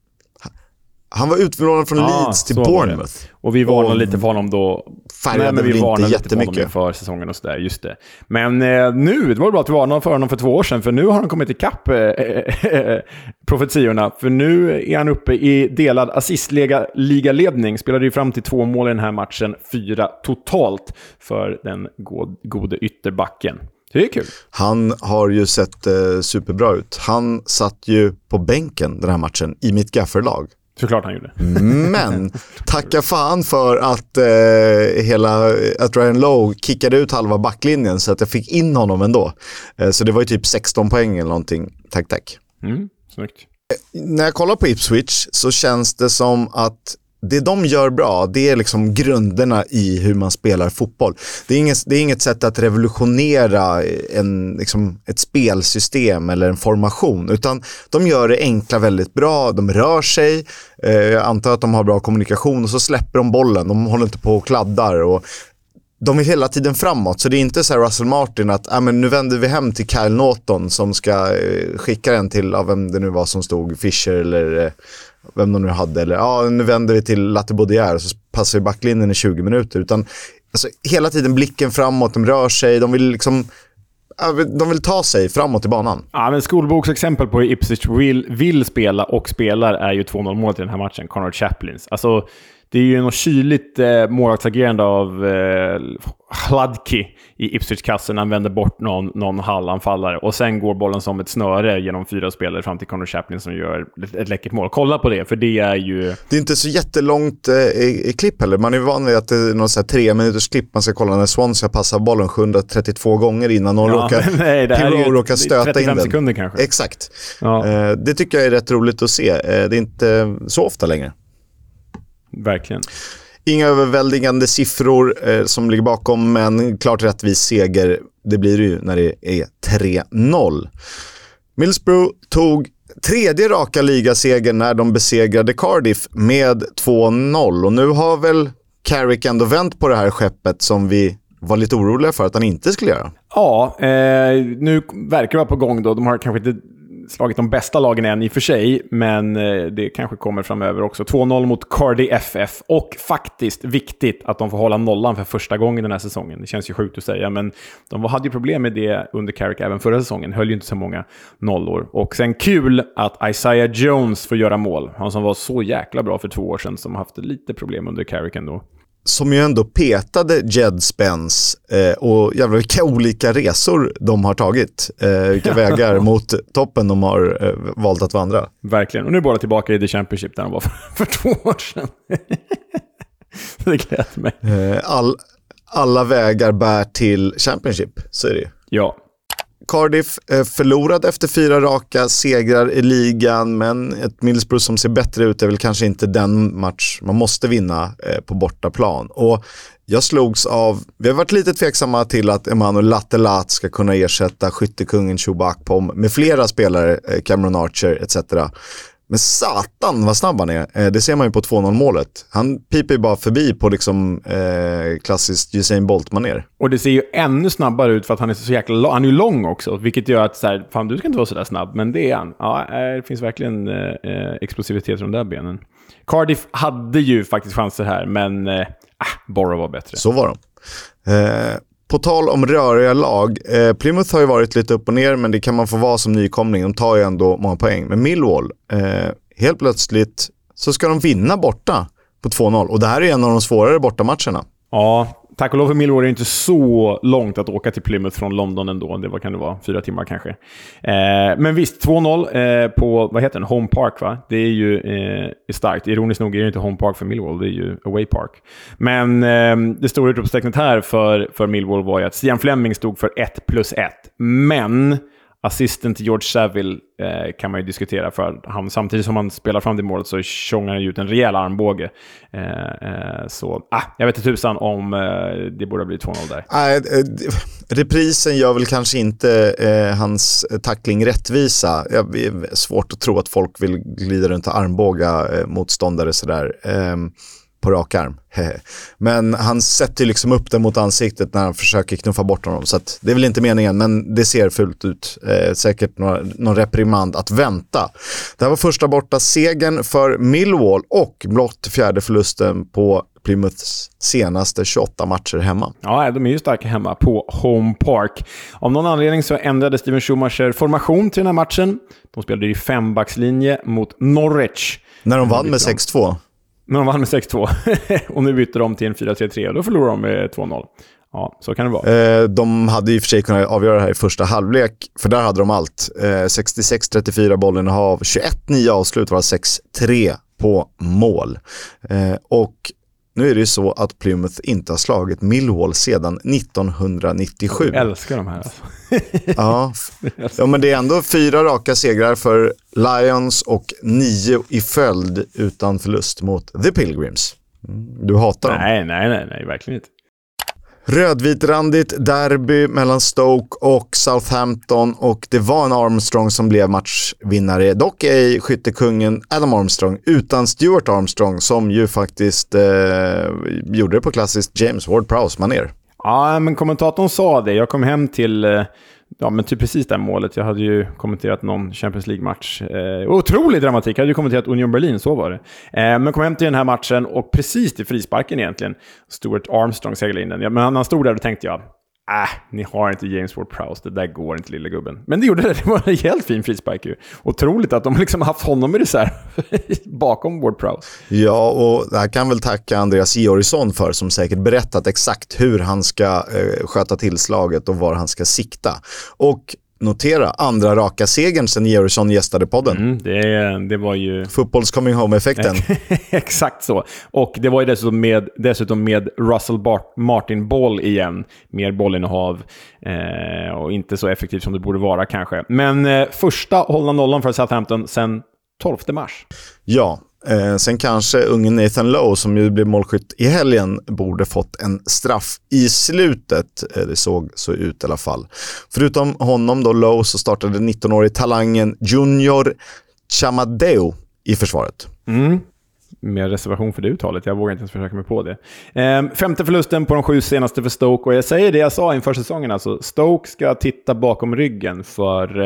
Han var utlånad från Leeds till Bournemouth. Och vi varnade lite för honom då. Färgade vi inte jättemycket för säsongen och sådär, just det. Men nu, det var bra att vi varnade för honom för 2 år sedan, för nu har han kommit ikapp profetiorna. För nu är han uppe i delad assistligaledning. Spelade ju fram till 2 mål i den här matchen, 4 totalt för den gode ytterbacken. Det är kul. Han har ju sett superbra ut. Han satt ju på bänken den här matchen i mitt gafferlag. Såklart han gjorde. Men tacka fan för att att Ryan Lowe kickade ut halva backlinjen så att jag fick in honom ändå. Så det var ju typ 16 poäng eller någonting. Tack. Snyggt. När jag kollar på Ipswich så känns det som att det de gör bra, det är liksom grunderna i hur man spelar fotboll. Det är inget sätt att revolutionera ett spelsystem eller en formation, utan de gör det enkla väldigt bra. De rör sig, jag antar att de har bra kommunikation, och så släpper de bollen. De håller inte på och kladdar, och de är hela tiden framåt. Så det är inte så här Russell Martin att men nu vänder vi hem till Kyle Norton som ska skicka den till vem det nu var som stod, Fischer eller vem de nu hade, eller nu vänder vi till Latte Baudière och så passar vi backlinjen i 20 minuter, utan alltså, hela tiden blicken framåt, de rör sig, de vill ta sig framåt i banan. Ja, men skolboksexempel på hur Ipswich vill spela och spelar är ju 2-0 målet i den här matchen, Connor Chaplins. Alltså, det är ju något kyligt målvaktsagerande av Hladky i Ipswich-kassen. Han vänder bort någon hallanfallare och sen går bollen som ett snöre genom 4 spelare fram till Connor Chaplin som gör ett läckert mål. Kolla på det, för det är ju... Det är inte så jättelångt i klipp heller. Man är van vid att det är någon så här 3 minuters klipp man ska kolla när Swansea passar bollen 732 gånger innan någon råkar stöta in den. 35 sekunder kanske. Exakt. Ja. Det tycker jag är rätt roligt att se. Det är inte så ofta längre. Verkligen. Inga överväldigande siffror som ligger bakom, men klart rättvis seger. Det blir det ju när det är 3-0. Middlesbrough tog 3:e raka ligasegern när de besegrade Cardiff med 2-0. Och nu har väl Carrick ändå vänt på det här skeppet som vi var lite oroliga för att han inte skulle göra. Ja, nu verkar det vara på gång då. De har kanske inte slagit de bästa lagen än i och för sig, men det kanske kommer framöver också. 2-0 mot Cardiff FF, och faktiskt viktigt att de får hålla nollan för första gången den här säsongen. Det känns ju sjukt att säga, men de hade ju problem med det under Carrick även förra säsongen. Höll ju inte så många nollor. Och sen kul att Isaiah Jones får göra mål. Han som var så jäkla bra för 2 år sedan, som haft lite problem under Carrick ändå. Som ju ändå petade Jed Spence och jävlar vilka olika resor de har tagit. Vilka vägar mot toppen de har valt att vandra. Verkligen. Och nu är båda tillbaka i The Championship där de var för 2 år sedan. Det gläder mig. Alla vägar bär till Championship, så är det ju. Ja. Cardiff förlorade efter 4 raka segrar i ligan, men ett Middlesbrough som ser bättre ut är väl kanske inte den match man måste vinna på bortaplan. Och jag slogs av, vi har varit lite tveksamma till att Emmanuel Lattelat ska kunna ersätta skyttekungen Chuba Akpom med flera spelare, Cameron Archer etc. Men satan vad snabb han är. Det ser man ju på 2-0 målet. Han piper ju bara förbi på liksom klassiskt Usain Bolt-manér. Och det ser ju ännu snabbare ut för att han är så jäkla lång. Han är ju lång också, vilket gör att så här, fan du ska inte vara så där snabb, men det är han. Ja, det finns verkligen explosivitet i de där benen. Cardiff hade ju faktiskt chanser här, men Borough var bättre. Så var de. På tal om röriga lag, Plymouth har ju varit lite upp och ner, men det kan man få vara som nykomling. De tar ju ändå många poäng. Men Millwall, helt plötsligt så ska de vinna borta på 2-0. Och det här är en av de svårare bortamatcherna. Ja, tack och lov för Millwall är det inte så långt att åka till Plymouth från London ändå. Det kan det vara, 4 timmar kanske. Men visst, 2-0 på, vad heter den? Home Park, va? Det är ju starkt. Ironiskt nog är det inte Home Park för Millwall, det är ju Away Park. Men det stora utropstecknet här för Millwall var ju att Stian Fleming stod för 1+1. Men assisten till George Saville kan man ju diskutera, för han, samtidigt som han spelar fram det målet så tjongar han ut en rejäl armbåge. Så jag vet inte tusan om det borde bli 2-0 där. Reprisen gör väl kanske inte hans tackling rättvisa. Det är svårt att tro att folk vill glida runt och armbåga motståndare sådär. På rak arm. Men han sätter liksom upp den mot ansiktet när han försöker knuffa bort honom. Så att det är väl inte meningen, men det ser fullt ut. Säkert någon reprimand att vänta. Det här var första borta segern för Millwall och blott 4:e förlusten på Plymouths senaste 28 matcher hemma. Ja, de är ju starka hemma på Home Park. Av någon anledning så ändrade Steven Schumacher formation till den här matchen. De spelade i 5-backslinje mot Norwich. När de vann med 6-2. Men de vann med 6-2 och nu bytte de till en 4-3-3 och då förlorade de med 2-0. Ja, så kan det vara. De hade ju för sig kunnat avgöra det här i första halvlek, för där hade de allt. 66-34 bollinnehav, 21-9 avslut, var 6-3 på mål. Och nu är det ju så att Plymouth inte har slagit Millwall sedan 1997. Jag älskar de här alltså. Ja, men det är ändå 4 raka segrar för Lions och 9 i följd utan förlust mot The Pilgrims. Du hatar dem. Nej, verkligen inte. Rödvitrandigt derby mellan Stoke och Southampton, och det var en Armstrong som blev matchvinnare. Dock är skyttekungen Adam Armstrong utan Stuart Armstrong, som ju faktiskt gjorde det på klassiskt James Ward-Prowse-manér. Ja, men kommentatorn sa det. Jag kom hem till men typ precis det här målet. Jag hade ju kommenterat någon Champions League-match. Otrolig dramatik. Jag hade ju kommenterat Union Berlin, så var det. Men kom hem till den här matchen och precis till frisparken egentligen. Stuart Armstrong seglade in den. Men när han stod där, då tänkte jag, ni har inte James Ward-Prowse, det där går inte, lilla gubben. Men det gjorde det, det var en helt fin frispark ju. Otroligt att de liksom haft honom i reserv bakom Ward-Prowse. Ja, och det här kan väl tacka Andreas Georgsson för, som säkert berättat exakt hur han ska sköta tillslaget och var han ska sikta. Och notera, andra raka segern sen Georgsson gästade podden. Det var ju... Football's coming home-effekten. Exakt så. Och det var ju dessutom med Russell Martin boll igen. Mer bollinnehav och inte så effektivt som det borde vara kanske. Men första hållna nollan för Southampton sen 12 mars. Ja. Sen kanske ungen Nathan Lowe, som ju blev målskytt i helgen, borde fått en straff i slutet. Det såg så ut i alla fall. Förutom honom då, Lowe, så startade 19-årig talangen Junior Chamadeu i försvaret. Med reservation för det uttalet. Jag vågar inte ens försöka mig på det. 5:e förlusten på de 7 senaste för Stoke. Och jag säger det jag sa inför säsongen. Alltså, Stoke ska titta bakom ryggen, för...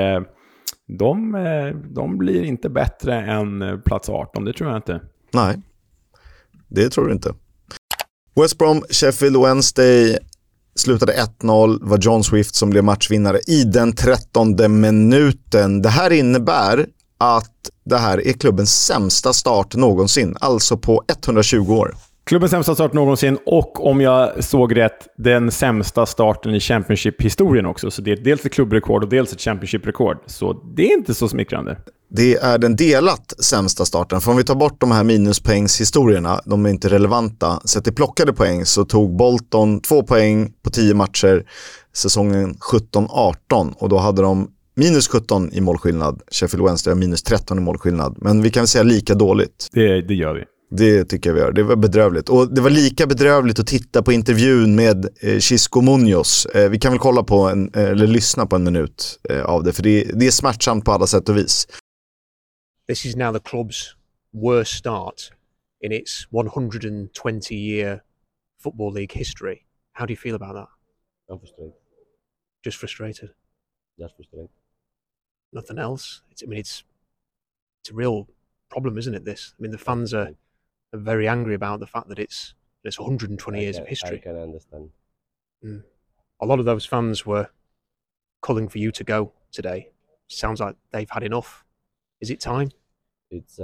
De blir inte bättre än plats 18, det tror jag inte. Nej, det tror du inte. West Brom, Sheffield Wednesday slutade 1-0. Det var John Swift som blev matchvinnare i den 13:e minuten. Det här innebär att det här är klubbens sämsta start någonsin, alltså på 120 år. Klubbens sämsta start någonsin, och om jag såg rätt, den sämsta starten i Championship-historien också. Så det är dels ett klubbrekord och dels ett Championship-rekord. Så det är inte så smickrande. Det är den delat sämsta starten. För om vi tar bort de här minuspoängshistorierna, de är inte relevanta. Så att det plockade poäng, så tog Bolton 2 poäng på 10 matcher. säsongen 17-18 och då hade de minus 17 i målskillnad. Sheffield Wednesday har minus 13 i målskillnad. Men vi kan väl säga lika dåligt. Det gör vi. Det tycker jag vi gör. Det var bedrövligt. Och det var lika bedrövligt att titta på intervjun med Xisco Munoz. Vi kan väl kolla på eller lyssna på en minut av det. För det är smärtsamt på alla sätt och vis. This is now the club's worst start in its 120-year Football League history. How do you feel about that? I'm frustrated. Just frustrated? Just frustrated. Nothing else? It's a real problem, isn't it, this? I mean, the fans are very angry about the fact that it's 120 years of history. I can understand. A lot of those fans were calling for you to go today. Sounds like they've had enough. Is it time? It's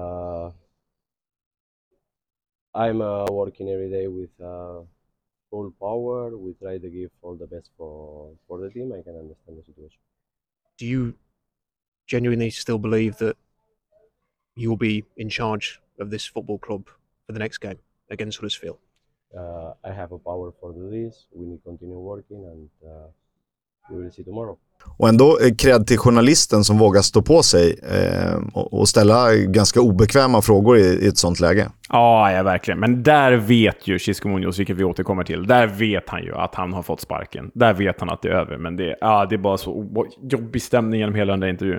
I'm working every day with full power. We try to give all the best for the team. I can understand the situation. Do you genuinely still believe that you will be in charge of this football club for the next game against Huddersfield? I have a power for this. We need to continue working and we will see tomorrow. Och ändå cred till journalisten som vågar stå på sig och ställa ganska obekväma frågor i ett sånt läge. Ja, verkligen. Men där vet ju Xisco Munoz, vilket vi återkommer till. Där vet han ju att han har fått sparken. Där vet han att det är över. Men det är bara så jobbig stämning genom hela den där intervjun.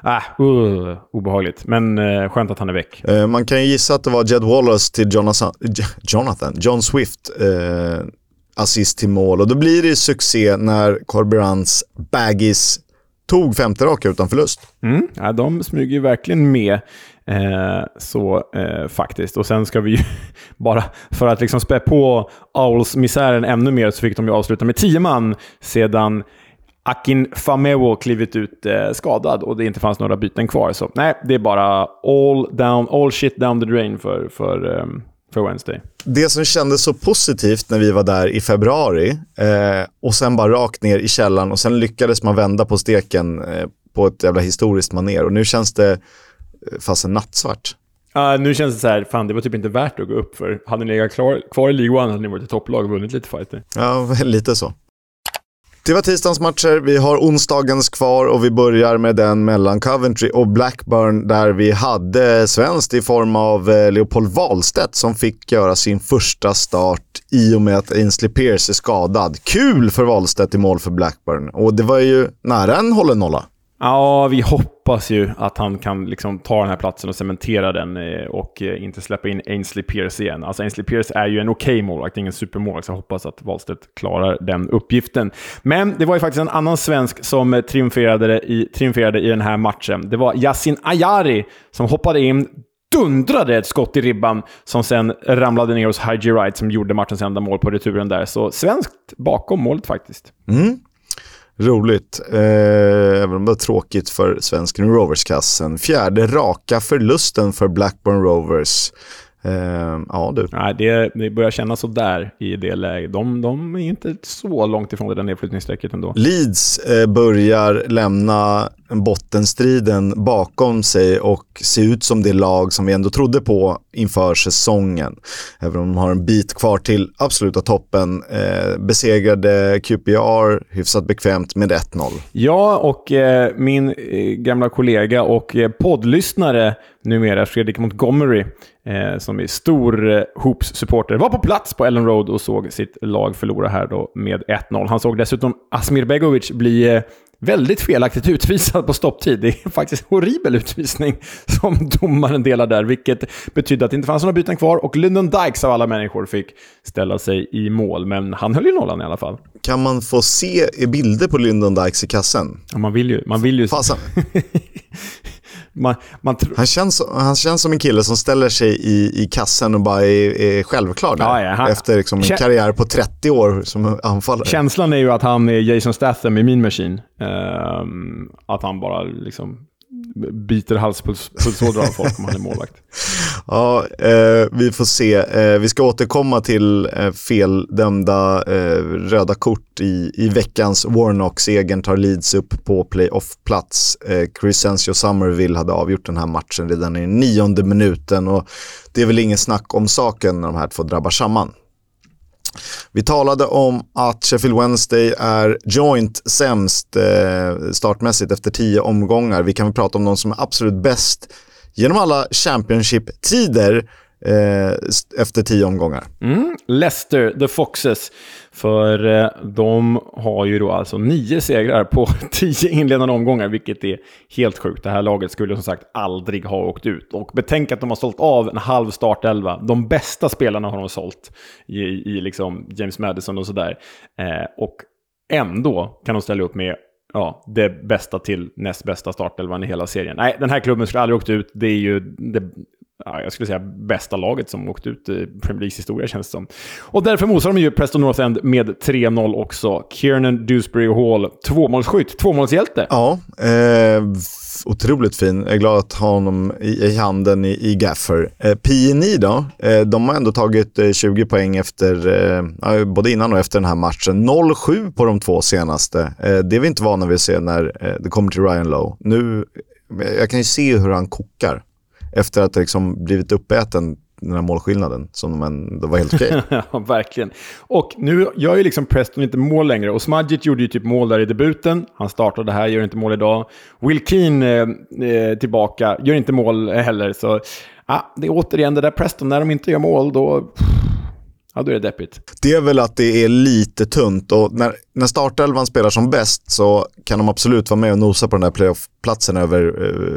Obehagligt. Men skönt att han är väck. Man kan ju gissa att det var Jed Wallace till John Swift assist till mål. Och då blir det succé när Corberans Baggies tog 5:e raka utan förlust. Ja, de smyger ju verkligen med faktiskt. Och sen ska vi ju bara, för att liksom spä på Owls-misären ännu mer, så fick de ju avsluta med 10 man sedan Akin Famewo klivit ut skadad och det inte fanns några byten kvar. Så nej, det är bara all shit down the drain för Wednesday. Det som kändes så positivt när vi var där i februari och sen bara rakt ner i källaren och sen lyckades man vända på steken på ett jävla historiskt maner och nu känns det fast en nattsvart. Nu känns det så här, fan det var typ inte värt att gå upp för. Hade ni legat kvar i League One hade ni varit i topplag och vunnit lite fighter. Ja, lite så. Det var tisdagens matcher, vi har onsdagens kvar och vi börjar med den mellan Coventry och Blackburn där vi hade svenskt i form av Leopold Wahlstedt som fick göra sin första start i och med att Ainsley Pearce är skadad. Kul för Wahlstedt i mål för Blackburn och det var ju nära en hållen nolla. Ja, vi hoppas ju att han kan liksom ta den här platsen och cementera den och inte släppa in Ainsley Pearce igen. Alltså Ainsley Pearce är ju en okej målvakt, ingen supermålvakt, så jag hoppas att Wahlstedt klarar den uppgiften. Men det var ju faktiskt en annan svensk som triumferade i den här matchen. Det var Yasin Ayari som hoppade in, dundrade ett skott i ribban som sen ramlade ner hos Haji Wright som gjorde matchens enda mål på returen där. Så svenskt bakom målet faktiskt. Roligt, även om det var tråkigt för svensken Rovers-kassen. 4:e raka förlusten för Blackburn Rovers. Ja, du. Nej, det börjar kännas så där i det läget. De är inte så långt ifrån det där nedflyttningssträcket ändå. Leeds börjar lämna bottenstriden bakom sig och se ut som det lag som vi ändå trodde på inför säsongen. Även om de har en bit kvar till absoluta toppen. Besegrade QPR hyfsat bekvämt med 1-0. Ja, och min gamla kollega och poddlyssnare numera, Fredrik Montgomery, som är stor Hoops-supporter, var på plats på Ellen Road och såg sitt lag förlora här då med 1-0. Han såg dessutom Asmir Begovic bli väldigt felaktigt utvisad på stopptid. Det är faktiskt en horribel utvisning som domaren delar där, vilket betyder att det inte fanns några byten kvar och Lyndon Dykes av alla människor fick ställa sig i mål, men han höll ju nollan i alla fall. Kan man få se bilder på Lyndon Dykes i kassen? Ja, man vill ju. Fasen. Han känns som en kille som ställer sig i kassen och bara är självklar där. Efter liksom en karriär på 30 år som anfallare. Känslan är ju att han är Jason Statham i Mean Machine. Att han bara liksom biter halspulsådrar av folk om han är målvakt. Ja, vi får se. Vi ska återkomma till feldömda röda kort i veckans Warnock-segern tar Leeds upp på playoff-plats. Crescencio Somerville hade avgjort den här matchen redan i 9:e minuten och det är väl ingen snack om saken när de här två drabbar samman. Vi talade om att Sheffield Wednesday är joint sämst startmässigt efter 10 omgångar. Vi kan väl prata om de som är absolut bäst genom alla Championship-tider efter 10 omgångar. Leicester, The Foxes. För de har ju då alltså 9 segrar på 10 inledande omgångar, vilket är helt sjukt. Det här laget skulle som sagt aldrig ha åkt ut. Och betänk att de har sålt av en halv startelva. De bästa spelarna har de sålt i liksom James Maddison och sådär. Och ändå kan de ställa upp med det bästa till näst bästa startelvan i hela serien. Nej, den här klubben skulle aldrig åkt ut. Det är ju jag skulle säga bästa laget som åkt ut i Premier Leagues historia, känns det som. Och därför mosar de ju Preston North End med 3-0 också. Kiernan Dewsbury Hall, 2-målsskytt, 2-målshjälte. Ja, otroligt fin. Jag är glad att ha honom i handen i Gaffer. PNI då, de har ändå tagit 20 poäng efter, både innan och efter den här matchen. 0-7 på de 2 senaste. Det är vi inte vana vid att se när det kommer till Ryan Lowe. Nu, jag kan ju se hur han kokar efter att det liksom blivit uppäten, den här målskillnaden som det var helt okej. Ja, verkligen. Och nu gör ju liksom Preston inte mål längre. Och Smudgett gjorde ju typ mål där i debuten. Han startade här, gör inte mål idag. Will Keane tillbaka, gör inte mål heller. Så det är återigen det där Preston, när de inte gör mål, då är det deppigt. Det är väl att det är lite tunt, och när startelvan spelar som bäst så kan de absolut vara med och nosa på den där playoff-platsen över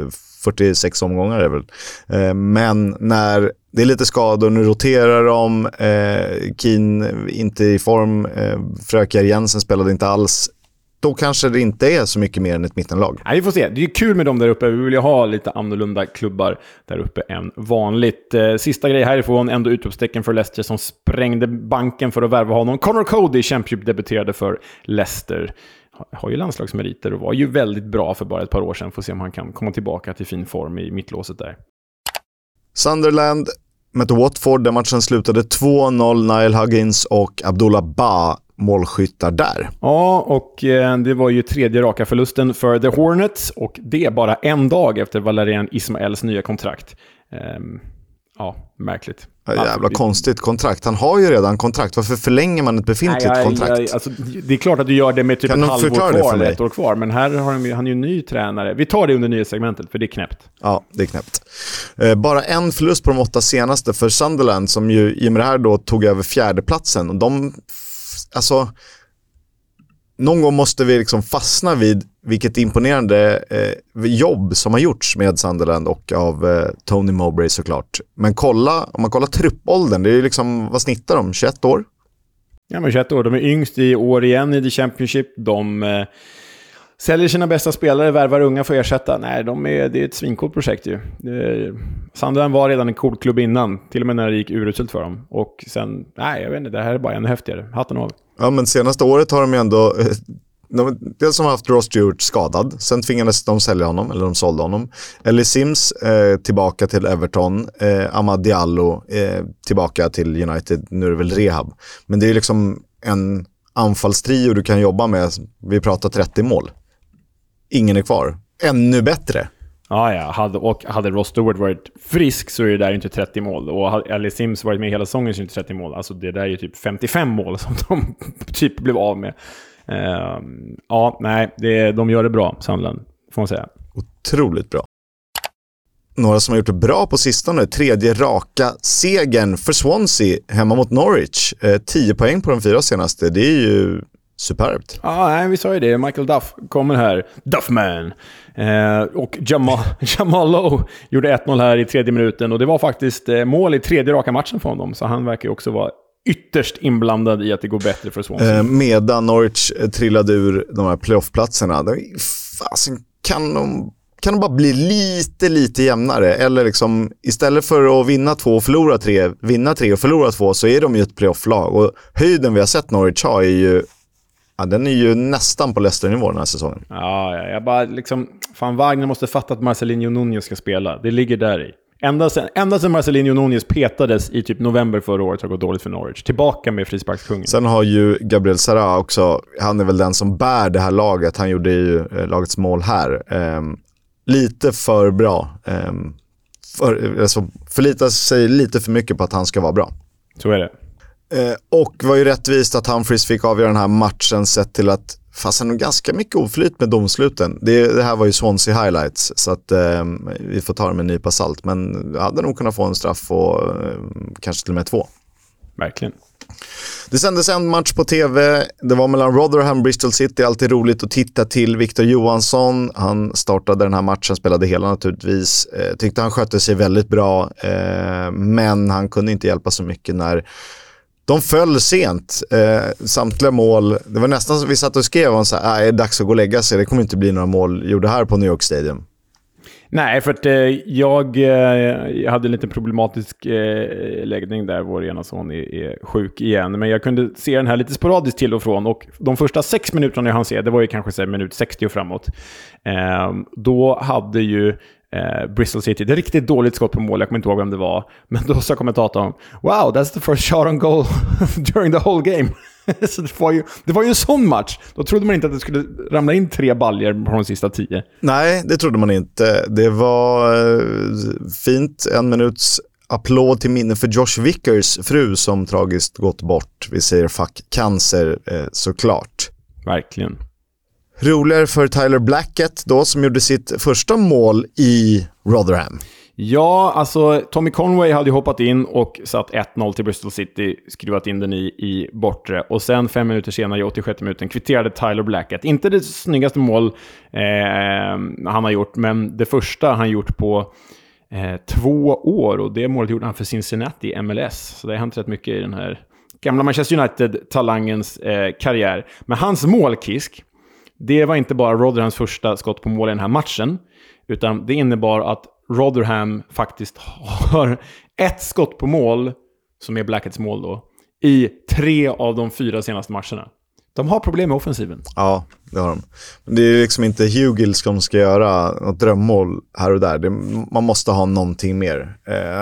46 omgångar är väl. Men när det är lite skador, nu roterar de, Keane inte i form, Frökjær Jensen spelade inte alls, då kanske det inte är så mycket mer än ett mittenlag. Ja, vi får se. Det är ju kul med dem där uppe. Vi vill ju ha lite annorlunda klubbar där uppe än vanligt. Sista grej härifrån, ändå utropstecken för Leicester som sprängde banken för att värva honom. Connor Cody, Championship, debuterade för Leicester. Har ju landslagsmeriter och var ju väldigt bra för bara ett par år sedan. Får se om han kan komma tillbaka till fin form i mittlåset där. Sunderland mötte Watford, där matchen slutade 2-0. Niall Huggins och Abdullah Ba målskyttar där. Ja, och det var ju 3:e raka förlusten för The Hornets, och det är bara en dag efter Valerian Ismaels nya kontrakt. Märkligt. Jävla konstigt kontrakt. Han har ju redan kontrakt. Varför förlänger man ett befintligt kontrakt? Alltså, det är klart att du gör det med typ ett halvår kvar eller ett år kvar. Men här har han ju en ny tränare. Vi tar det under nya segmentet, för det är knäppt. Ja, det är knäppt. Bara en förlust på de 8 senaste för Sunderland, som ju i och med det här då tog över 4:e platsen. Och någon gång måste vi liksom fastna vid vilket imponerande jobb som har gjorts med Sunderland och av Tony Mowbray såklart. Men om man kollar truppåldern, det är ju liksom, vad snittar de? 21 år? Ja, men 21 år. De är yngst i år igen i The Championship. De säljer sina bästa spelare, värvar unga för att ersätta. Nej, det är ett svincoolt projekt ju. Sunderland var redan en cool klubb innan, till och med när det gick uruselt för dem. Och sen, jag vet inte, det här är bara ännu häftigare. Hatten av. Ja, men senaste året har de ju ändå... Dels som har haft Ross Stewart skadad. Sen tvingades de sälja honom, eller de sålde honom. Ellie Sims tillbaka till Everton. Amad Diallo tillbaka till United. Nu är det väl rehab. Men det är liksom en anfallstrio du kan jobba med. Vi pratar 30 mål. Ingen är kvar. Ännu bättre. Ja. Hade Ross Stewart varit frisk så är det där inte 30 mål. Och hade Ellie Sims varit med hela säsongen så är det inte 30 mål. Alltså det där är ju typ 55 mål som de typ blev av med. De gör det bra, Sunderland, får man säga. Otroligt bra. Några som har gjort det bra på sistone, 3:e raka segern för Swansea hemma mot Norwich. 10 poäng på de 4 senaste, det är ju superbt. Ja, vi sa ju det. Michael Duff kommer här. Duffman. Och Jamal Lowe gjorde 1-0 här i 3:e minuten. Och det var faktiskt mål i 3:e raka matchen för honom. Så han verkar ju också vara ytterst inblandad i att det går bättre för Swansea. Medan Norwich trillade ur de här playoff-platserna, kan de bara bli lite jämnare, eller liksom istället för att vinna 2 och förlora 3, vinna 3 och förlora 2, så är de ju ett playoff-lag, och höjden vi har sett Norwich ha är ju den är ju nästan på Leicester-nivå den här säsongen. Ja, jag bara liksom, fan, Wagner måste fatta att Marcelinho Núñez ska spela. Det ligger där i. Ända sedan Marcelinho Núñez petades i typ november förra året har gått dåligt för Norwich. Tillbaka med frisparkskungen. Sen har ju Gabriel Sara också, han är väl den som bär det här laget. Han gjorde ju lagets mål här. Lite för bra. Förlitar sig lite för mycket på att han ska vara bra. Så är det. Och var ju rättvist att Humphries fick avgöra den här matchen sett till att fast han har ganska mycket oflyt med domsluten. Det här var ju Swansea highlights så att vi får ta det med en nypa salt. Men hade nog kunnat få en straff och kanske till och med 2. Verkligen. Det sändes en match på tv. Det var mellan Rotherham och Bristol City. Alltid roligt att titta till. Victor Johansson, han startade den här matchen, spelade hela naturligtvis. Tyckte han skötte sig väldigt bra. Men han kunde inte hjälpa så mycket när de föll sent. Samtliga mål. Det var nästan som vi satt och skrev om så här, det är dags att gå och lägga sig. Det kommer inte bli några mål gjorda här på New York Stadium. Nej, för att jag hade en lite problematisk läggning där. Vår ena son är sjuk igen. Men jag kunde se den här lite sporadiskt till och från. Och de första 6 minuterna jag hann se, det var ju kanske så minut 60 och framåt. Då hade ju Bristol City, det är riktigt dåligt skott på mål, jag kommer inte ihåg vem det var, men då sa kommentatorn, wow, that's the first shot on goal during the whole game. Så det var ju en sån match. Då trodde man inte att det skulle ramla in 3 baljer på de sista 10. Nej, det trodde man inte. Det var fint, 1 minuts applåd till minne för Josh Vickers fru som tragiskt gått bort. Vi säger fuck cancer, såklart. Verkligen. Roligare för Tyler Blackett då, som gjorde sitt första mål i Rotherham. Ja, alltså Tommy Conway hade ju hoppat in och satt 1-0 till Bristol City, skruvat in den i bortre. Och sen 5 minuter senare, i 86 minuten, kvitterade Tyler Blackett. Inte det snyggaste mål han har gjort, men det första han gjort på 2 år. Och det målet gjorde han för Cincinnati i MLS. Så det har hänt rätt mycket i den här gamla Manchester United-talangens karriär. Men hans målkisk, det var inte bara Rotherhams första skott på mål i den här matchen, utan det innebar att Rotherham faktiskt har 1 skott på mål, som är Blacketts mål då, i 3 av de 4 senaste matcherna. De har problem med offensiven. Ja, det har de. Men det är liksom inte Hugill som ska göra något drömmål här och där. Man måste ha någonting mer.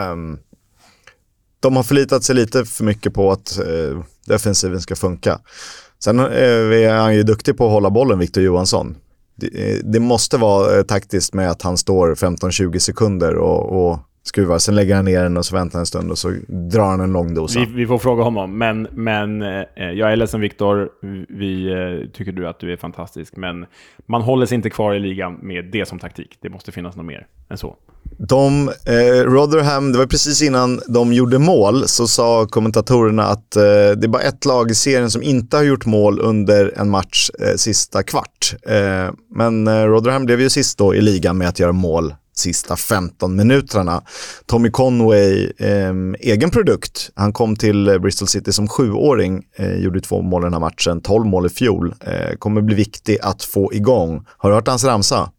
De har förlitat sig lite för mycket på att defensiven ska funka. Sen är han ju duktig på att hålla bollen, Victor Johansson. Det måste vara taktiskt med att han står 15-20 sekunder och skruvar. Sen lägger han ner den och så väntar en stund och så drar han en lång dosa. Vi får fråga honom. Men jag är ledsen, Victor. Vi tycker du att du är fantastisk. Men man håller sig inte kvar i ligan med det som taktik. Det måste finnas något mer än så. Rotherham, det var precis innan de gjorde mål, så sa kommentatorerna att det är bara ett lag i serien som inte har gjort mål under en match sista kvart. Men Rotherham blev ju sist då i ligan med att göra mål sista 15 minuterna. Tommy Conway, egen produkt. Han kom till Bristol City som 7-åring, gjorde 2 mål i den här matchen, 12 mål i fjol. Kommer bli viktig att få igång. Har du hört hans ramsa?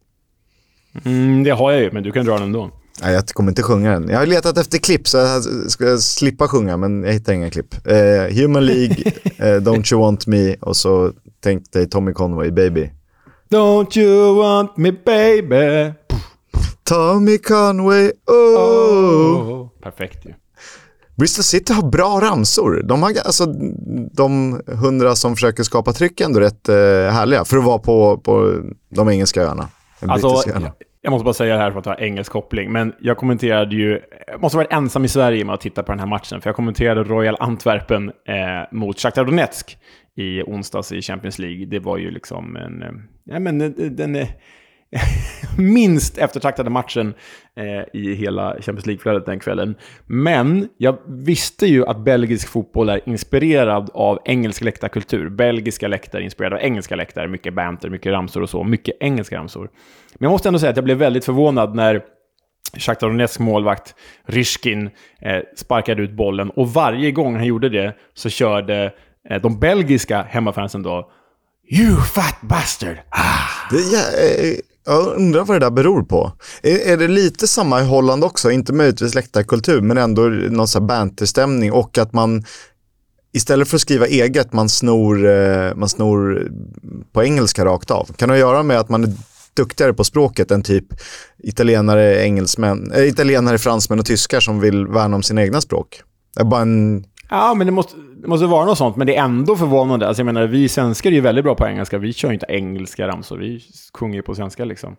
Det har jag ju, men du kan dra den ändå. Nej, jag kommer inte sjunga den. Jag har letat efter klipp så jag ska slippa sjunga, men jag hittar inga klipp. Human League, Don't You Want Me, och så tänk dig Tommy Conway, Baby. Don't you want me, baby? Tommy Conway, oh. Perfekt ju. Bristol City har bra ramsor. De har alltså de 100 som försöker skapa tryck ändå rätt härliga för att vara på de engelska öarna. Alltså, jag måste bara säga det här för att ha engelsk koppling, men jag kommenterade ju, jag måste ha varit ensam i Sverige med att titta på den här matchen, för jag kommenterade Royal Antwerpen mot Shakhtar Donetsk i onsdags i Champions League. Det var ju liksom den minst eftertraktade matchen i hela Champions League-flödet den kvällen. Men jag visste ju att belgisk fotboll är inspirerad av engelsk läktarkultur. Belgiska läktare är inspirerade av engelska läktare. Mycket banter, mycket ramsor och så. Mycket engelska ramsor. Men jag måste ändå säga att jag blev väldigt förvånad när Shakhtar Donetsk målvakt Ryshkin sparkade ut bollen. Och varje gång han gjorde det så körde de belgiska hemmafansen då "You fat bastard!" Jag undrar vad det där beror på. Är det lite samma i Holland också? Inte möjligtvis läktarkultur, men ändå någon sån här banterstämning, och att man istället för att skriva eget, man snor på engelska rakt av. Kan det göra med att man är duktigare på språket än typ italienare, fransmän och tyskar som vill värna om sina egna språk? Det är bara Ja, men måste vara något sånt, men det är ändå förvånande. Alltså jag menar, vi svenskar är ju väldigt bra på engelska. Vi kör ju inte engelska ramsor. Vi sjunger ju på svenska liksom.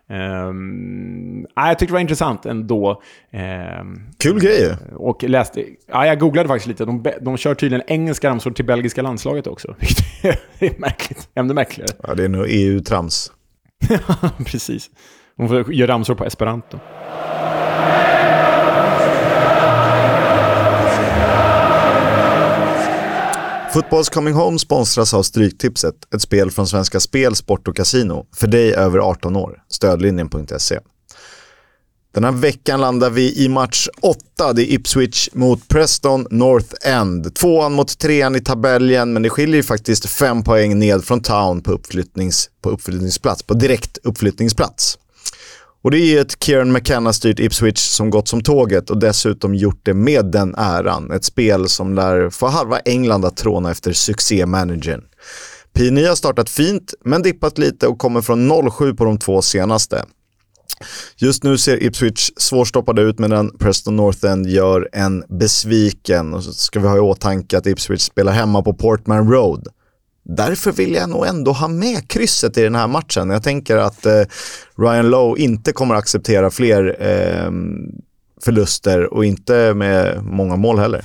Jag tyckte det var intressant ändå. Kul grejer. Och läste, jag googlade faktiskt lite. De kör tydligen engelska ramsor till belgiska landslaget också. Det är märkligt. Ännu märkligare. Ja, det är nog EU-trams. Precis. De får göra ramsor på esperanto. Football's Coming Home sponsras av Stryktipset, ett spel från Svenska Spel, Sport och Casino. För dig över 18 år. Stödlinjen.se. Den här veckan landar vi i match 8. Det är Ipswich mot Preston North End. 2an mot 3an i tabellen, men det skiljer ju faktiskt 5 poäng ned från Town på uppflyttningsplats, på direkt uppflyttningsplats. Och det är ett Kieran McKenna-styrt Ipswich som gått som tåget och dessutom gjort det med den äran. Ett spel som lär få halva England att tråna efter succémanagern. P9 har startat fint men dippat lite och kommer från 0-7 på de 2 senaste. Just nu ser Ipswich svårstoppade ut, medan Preston North End gör en besviken. Och så ska vi ha i åtanke att Ipswich spelar hemma på Portman Road. Därför vill jag nog ändå ha med krysset i den här matchen. Jag tänker att Ryan Lowe inte kommer att acceptera fler förluster och inte med många mål heller.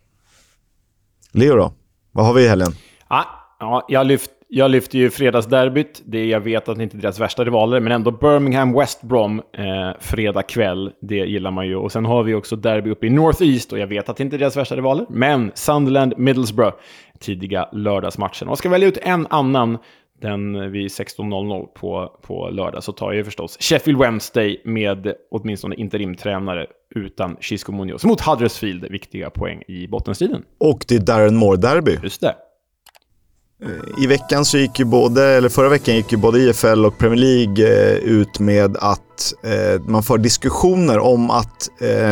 Leo då? Vad har vi i helgen? Ja, jag lyfter ju fredagsderbyt. Det jag vet att det inte är deras värsta rivaler, men ändå Birmingham West Brom fredag kväll. Det gillar man ju. Och sen har vi också derby uppe i North East, och jag vet att det inte är deras värsta rivaler, men Sunderland Middlesbrough, tidiga lördagsmatchen. Och ska välja ut en annan, den vid 16.00 på lördag, så tar jag förstås Sheffield Wednesday med åtminstone interimtränare utan Xisco Munoz mot Huddersfield. Viktiga poäng i bottenstriden. Och det är Darren Moore-derby. Just det. I veckan så gick ju förra veckan gick ju både IFL och Premier League ut med att man får diskussioner om att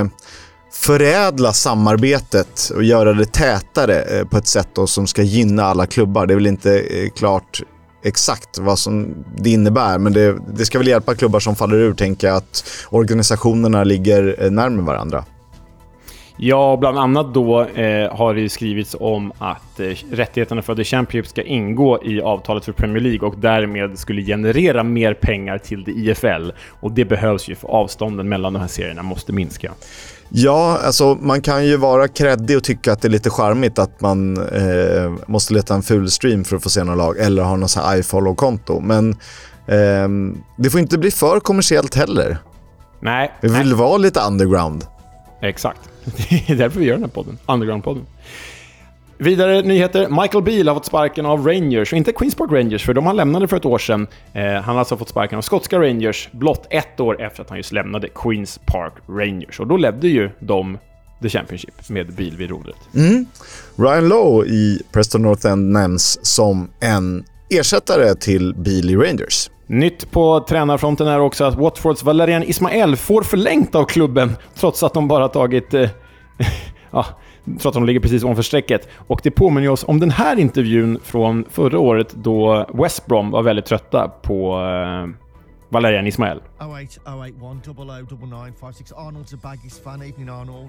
förädla samarbetet och göra det tätare på ett sätt då som ska gynna alla klubbar. Det är väl inte klart exakt vad som det innebär, men det ska väl hjälpa klubbar som faller ur, tänker jag, att organisationerna ligger närmare varandra. Ja, bland annat då har det skrivits om att rättigheterna för The Championship ska ingå i avtalet för Premier League och därmed skulle generera mer pengar till det IFL. Och det behövs ju, för avstånden mellan de här serierna måste minska. Ja, alltså man kan ju vara kreddig och tycka att det är lite charmigt att man måste leta en full stream för att få se några lag eller ha någon sån här iFollow-konto. Men det får inte bli för kommersiellt heller. Nej. Vi vill vara lite underground. Exakt. Det är därför vi gör den här podden. Underground-podden. Vidare nyheter. Michael Beale har fått sparken av Rangers. Och inte Queens Park Rangers, för de han lämnade för ett år sedan. Han har alltså fått sparken av skotska Rangers blott ett år efter att han just lämnade Queens Park Rangers. Och då ledde ju de The Championship med Beale vid rodret. Ryan Lowe i Preston North End nämns som en ersättare till Beale i Rangers. Nytt på tränarfronten är också att Watfords Valerian Ismael får förlängt av klubben trots att de bara tagit trots att de ligger precis ovanför strecket. Och det påminner oss om den här intervjun från förra året då West Brom var väldigt trötta på Valerian Ismael. 08 081 00 99 56 Arnold's a Baggies fan. Evening Arnold.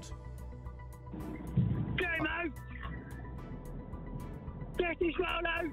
Game out! Get this roll out!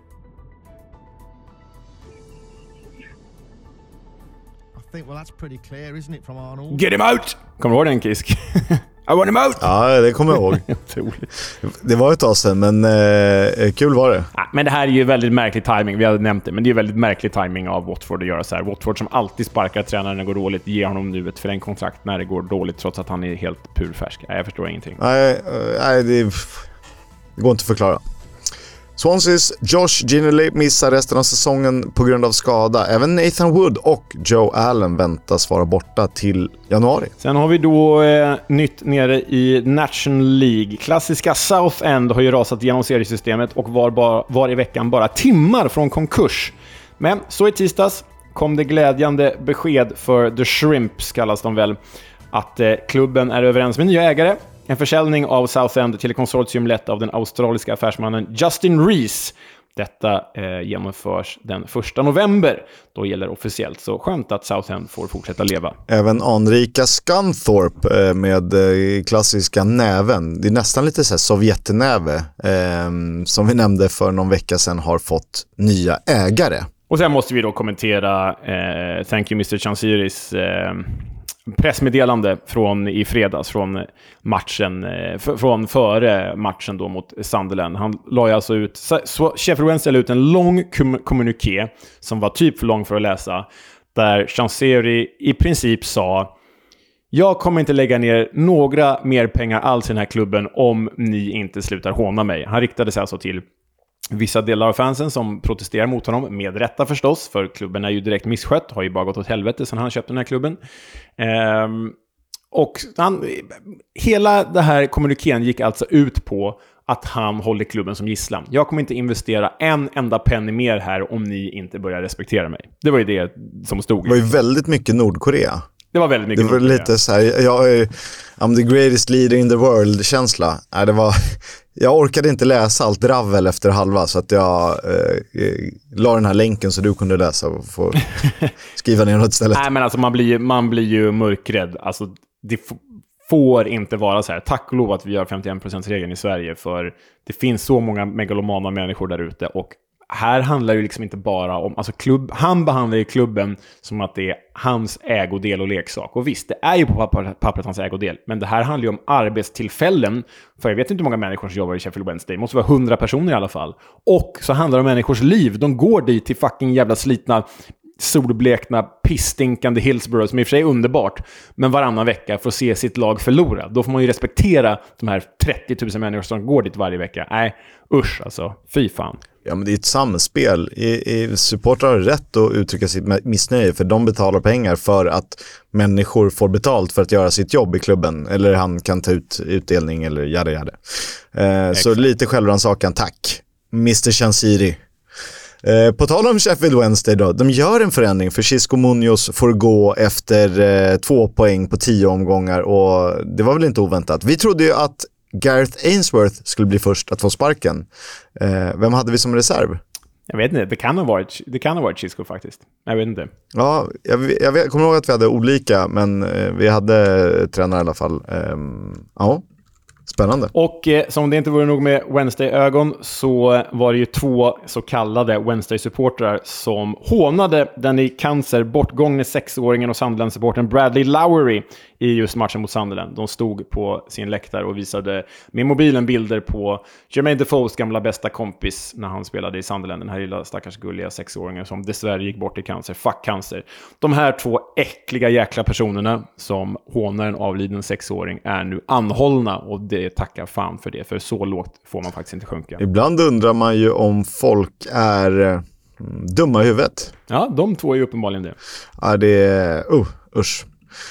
I think, well, that's pretty clear, isn't it, from Arnold? Get him out! Kommer du ihåg den, Kisk? I want him out! Ja, det kommer jag ihåg. Det var ett tag sedan, men kul var det. Ja, men det här är ju väldigt märklig timing. Vi hade nämnt det, men det är väldigt märklig timing av Watford att göra så här. Watford som alltid sparkar tränaren när det går dåligt, ger honom nu ett förlängt kontrakt när det går dåligt, trots att han är helt purfärsk. Jag förstår ingenting. Nej, det går inte att förklara. Swanseas Josh Ginelli missar resten av säsongen på grund av skada. Även Nathan Wood och Joe Allen väntas vara borta till januari. Sen har vi då nytt nere i National League. Klassiska South End har ju rasat genom seriesystemet och var i veckan bara timmar från konkurs. Men så i tisdags kom det glädjande besked för The Shrimps, kallas de väl, att klubben är överens med nya ägare. En försäljning av Southend till konsortium lett av den australiska affärsmannen Justin Rees. Detta genomförs den 1 november. Då gäller officiellt, så skönt att Southend får fortsätta leva. Även anrika Scunthorpe med klassiska näven. Det är nästan lite så här Sovjetnäve som vi nämnde för någon vecka sedan har fått nya ägare. Och sen måste vi då kommentera Thank you Mr. Chansiris pressmeddelande från i fredags från matchen från före matchen då mot Sunderland. Han la ju alltså ut Sheffield Wednesday la ut en lång kommuniké som var typ för lång för att läsa, där Chansiri i princip sa: jag kommer inte lägga ner några mer pengar alls i den här klubben om ni inte slutar håna mig. Han riktade sig alltså till vissa delar av fansen som protesterar mot honom, med rätta förstås, för klubben är ju direkt misskött, har ju bara gått åt helvete sedan han köpte den här klubben. Och hela det här kommunikén gick alltså ut på att han håller klubben som gisslan. Jag kommer inte investera en enda penny mer här om ni inte börjar respektera mig. Det var ju det som stod. Det var ju väldigt mycket Nordkorea. Det var väldigt mycket. Det var lite så här, I'm the greatest leader in the world-känsla. Nej, jag orkade inte läsa allt dravel efter halva, så att jag la den här länken så du kunde läsa och få skriva ner något istället. Nej, men alltså man blir ju mörkrädd. Alltså det får inte vara så här. Tack och lov att vi har 51%-regeln i Sverige, för det finns så många megalomana människor där ute, och här handlar ju liksom inte bara om, alltså han behandlar ju klubben som att det är hans ägodel och leksak. Och visst, det är ju på pappret hans ägodel, men det här handlar ju om arbetstillfällen, för jag vet inte hur många människor som jobbar i Sheffield Wednesday, det måste vara 100 personer i alla fall. Och så handlar det om människors liv, de går dit till fucking jävla slitna, solblekna, pissstinkande Hillsborough, som i och för sig är underbart, men varannan vecka får se sitt lag förlora. Då får man ju respektera de här 30 000 människor som går dit varje vecka. Nej, usch alltså, fy fan. Ja, men det är ett samspel. Supportrar har rätt att uttrycka sitt missnöje, för de betalar pengar för att människor får betalt för att göra sitt jobb i klubben, eller han kan ta ut utdelning eller jada. Så lite självrannsakan, tack Mr. Chansiri. På tal om Sheffield Wednesday då, de gör en förändring, för Xisco Munoz får gå efter 2 poäng på 10 omgångar, och det var väl inte oväntat. Vi trodde ju att Gareth Ainsworth skulle bli först att få sparken. Vem hade vi som reserv? Jag vet inte, det kan ha varit Xisco faktiskt. Jag vet inte. Ja, jag kommer ihåg att vi hade olika, men vi hade tränare i alla fall. Ja, spännande. Och som det inte vore nog med Wednesday-ögon, så var det ju 2 så kallade Wednesday-supportrar som hånade den i cancer bortgångne 6-åringen och Sunderland-supporten Bradley Lowery i just matchen mot Sunderland. De stod på sin läktare och visade med mobilen bilder på Jermaine Defoes gamla bästa kompis när han spelade i Sunderland. Den här lilla stackars gulliga 6-åringen som dessvärre gick bort i cancer. Fuck cancer. De här 2 äckliga jäkla personerna som hånar en avliden 6-åring är nu anhållna, och det tackar fan för det, för så lågt får man faktiskt inte sjunka. Ibland undrar man ju om folk är dumma i huvudet. Ja, de 2 är ju uppenbarligen det. Ja, det är usch.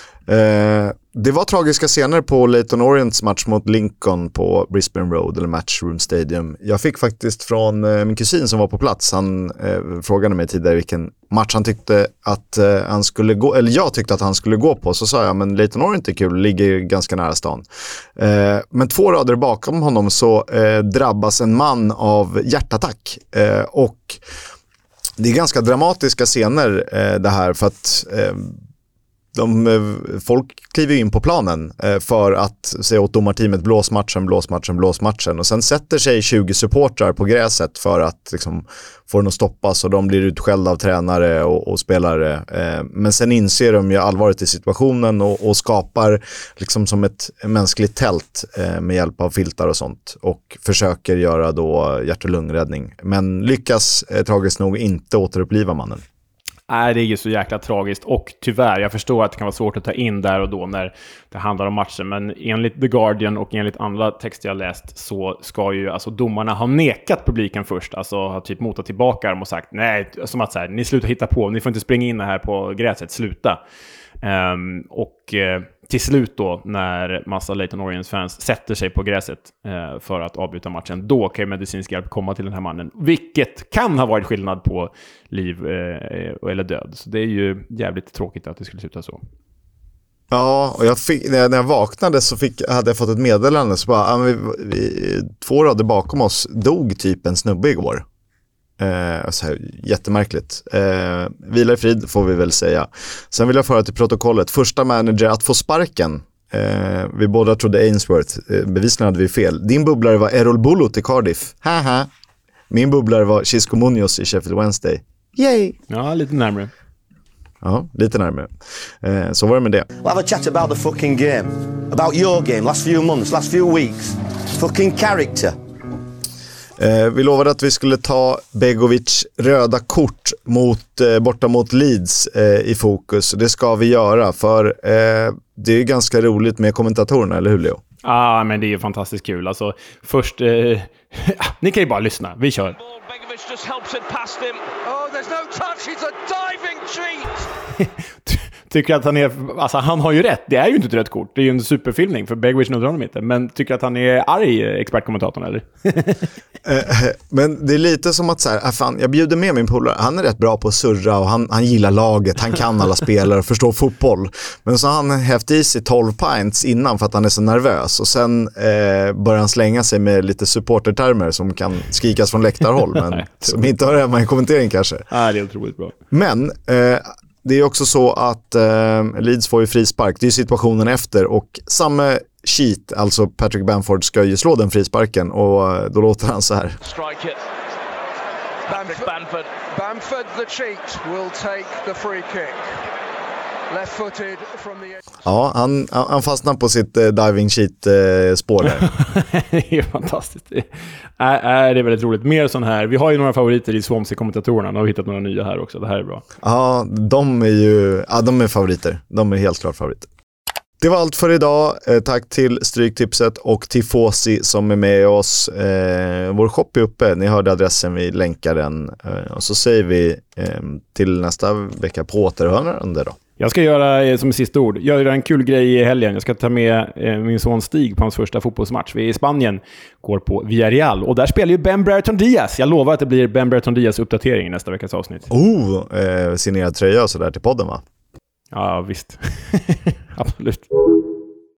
Det var tragiska scener på Leyton Orients match mot Lincoln på Brisbane Road, eller Matchroom Stadium. Jag fick faktiskt från min kusin som var på plats, han frågade mig tidigare vilken match han tyckte att han skulle gå, eller jag tyckte att han skulle gå på. Så sa jag, men Leyton Orient är kul, ligger ganska nära stan. Men 2 rader bakom honom så drabbas en man av hjärtattack, och det är ganska dramatiska scener det här, för att folk kliver in på planen för att säga åt domarteamet blåsmatchen, och sen sätter sig 20 supportrar på gräset för att liksom få den att stoppas, och de blir utskällda av tränare och spelare, men sen inser de ju allvaret i situationen och skapar liksom som ett mänskligt tält med hjälp av filtar och sånt, och försöker göra då hjärt- och lungräddning, men lyckas tragiskt nog inte återuppliva mannen. Nej, det är ju så jäkla tragiskt, och tyvärr, jag förstår att det kan vara svårt att ta in där och då när det handlar om matchen, men enligt The Guardian och enligt andra texter jag läst så ska ju alltså domarna ha nekat publiken först, alltså ha typ motat tillbaka dem och sagt nej, som att så här, ni slutar hitta på, ni får inte springa in här på gräset, sluta. Till slut då, när massa Leyton Orients fans sätter sig på gräset för att avbryta matchen, då kan ju medicinsk hjälp komma till den här mannen, vilket kan ha varit skillnad på liv eller död. Så det är ju jävligt tråkigt att det skulle sluta så. Ja, och när jag vaknade så hade jag fått ett meddelande, så bara, 2 rader bakom oss dog typ en snubbe igår. Så här, jättemärkligt. Vila i frid får vi väl säga. Sen vill jag föra till protokollet. Första manager att få sparken. Vi båda trodde Ainsworth. Bevisligen hade vi fel. Din bubblare var Errol Bulut i Cardiff. Haha. Min bubblare var Xisco Munoz i Sheffield Wednesday. Yay! Ja, lite närmare. Ja, lite närmare. Så var det med det. We'll have a chat about the fucking game. About your game, last few months, last few weeks. Fucking character. Vi lovade att vi skulle ta Begovic röda kort borta mot Leeds i fokus. Det ska vi göra, för det är ganska roligt med kommentatorerna, eller hur Leo? Ja, men det är ju fantastiskt kul. Alltså, först... ni kan ju bara lyssna. Vi kör. Begovic just helps it past him. Oh, there's no touch. It's a diving treat. Tycker att han är... Alltså, han har ju rätt. Det är ju inte ett rött kort. Det är ju en superfilmning, för Begovic nådde honom inte. Men tycker att han är arg, expertkommentatorn, eller? Men det är lite som att så här, fan, jag bjuder med min polare. Han är rätt bra på att surra och han gillar laget. Han kan alla spelare och förstår fotboll. Men så har han hävt i sig 12 pints innan för att han är så nervös. Och sen börjar han slänga sig med lite supportertermer som kan skrikas från läktarhåll. Men som inte hör hemma i kommentering kanske. Ja, det är otroligt bra. Men... det är också så att Leeds får ju frispark. Det är situationen efter, och samma cheat, alltså Patrick Bamford, ska ju slå den frisparken, och då låter han så här. Strike it. Bamford. Bamford, the cheat, will take the free kick. Left footed from the edge. Ja, han fastnar på sitt diving cheat-spår där. Det är fantastiskt. Det är väldigt roligt. Mer sån här. Vi har ju några favoriter i Swansea-kommentatorerna. Och har hittat några nya här också. Det här är bra. Ja, de är favoriter. De är helt klart favoriter. Det var allt för idag. Tack till Stryktipset och Tifosi som är med oss. Vår shop är uppe. Ni hörde adressen, vi länkar den. Och så säger vi till nästa vecka på återhörande då. Jag ska göra, som sista ord, göra en kul grej i helgen. Jag ska ta med min son Stig på hans första fotbollsmatch. Vi är i Spanien, går på Villarreal. Och där spelar ju Ben Brereton Diaz. Jag lovar att det blir Ben Brereton Diaz uppdatering i nästa veckas avsnitt. Signerad tröja och sådär till podden, va? Ja, visst. Absolut.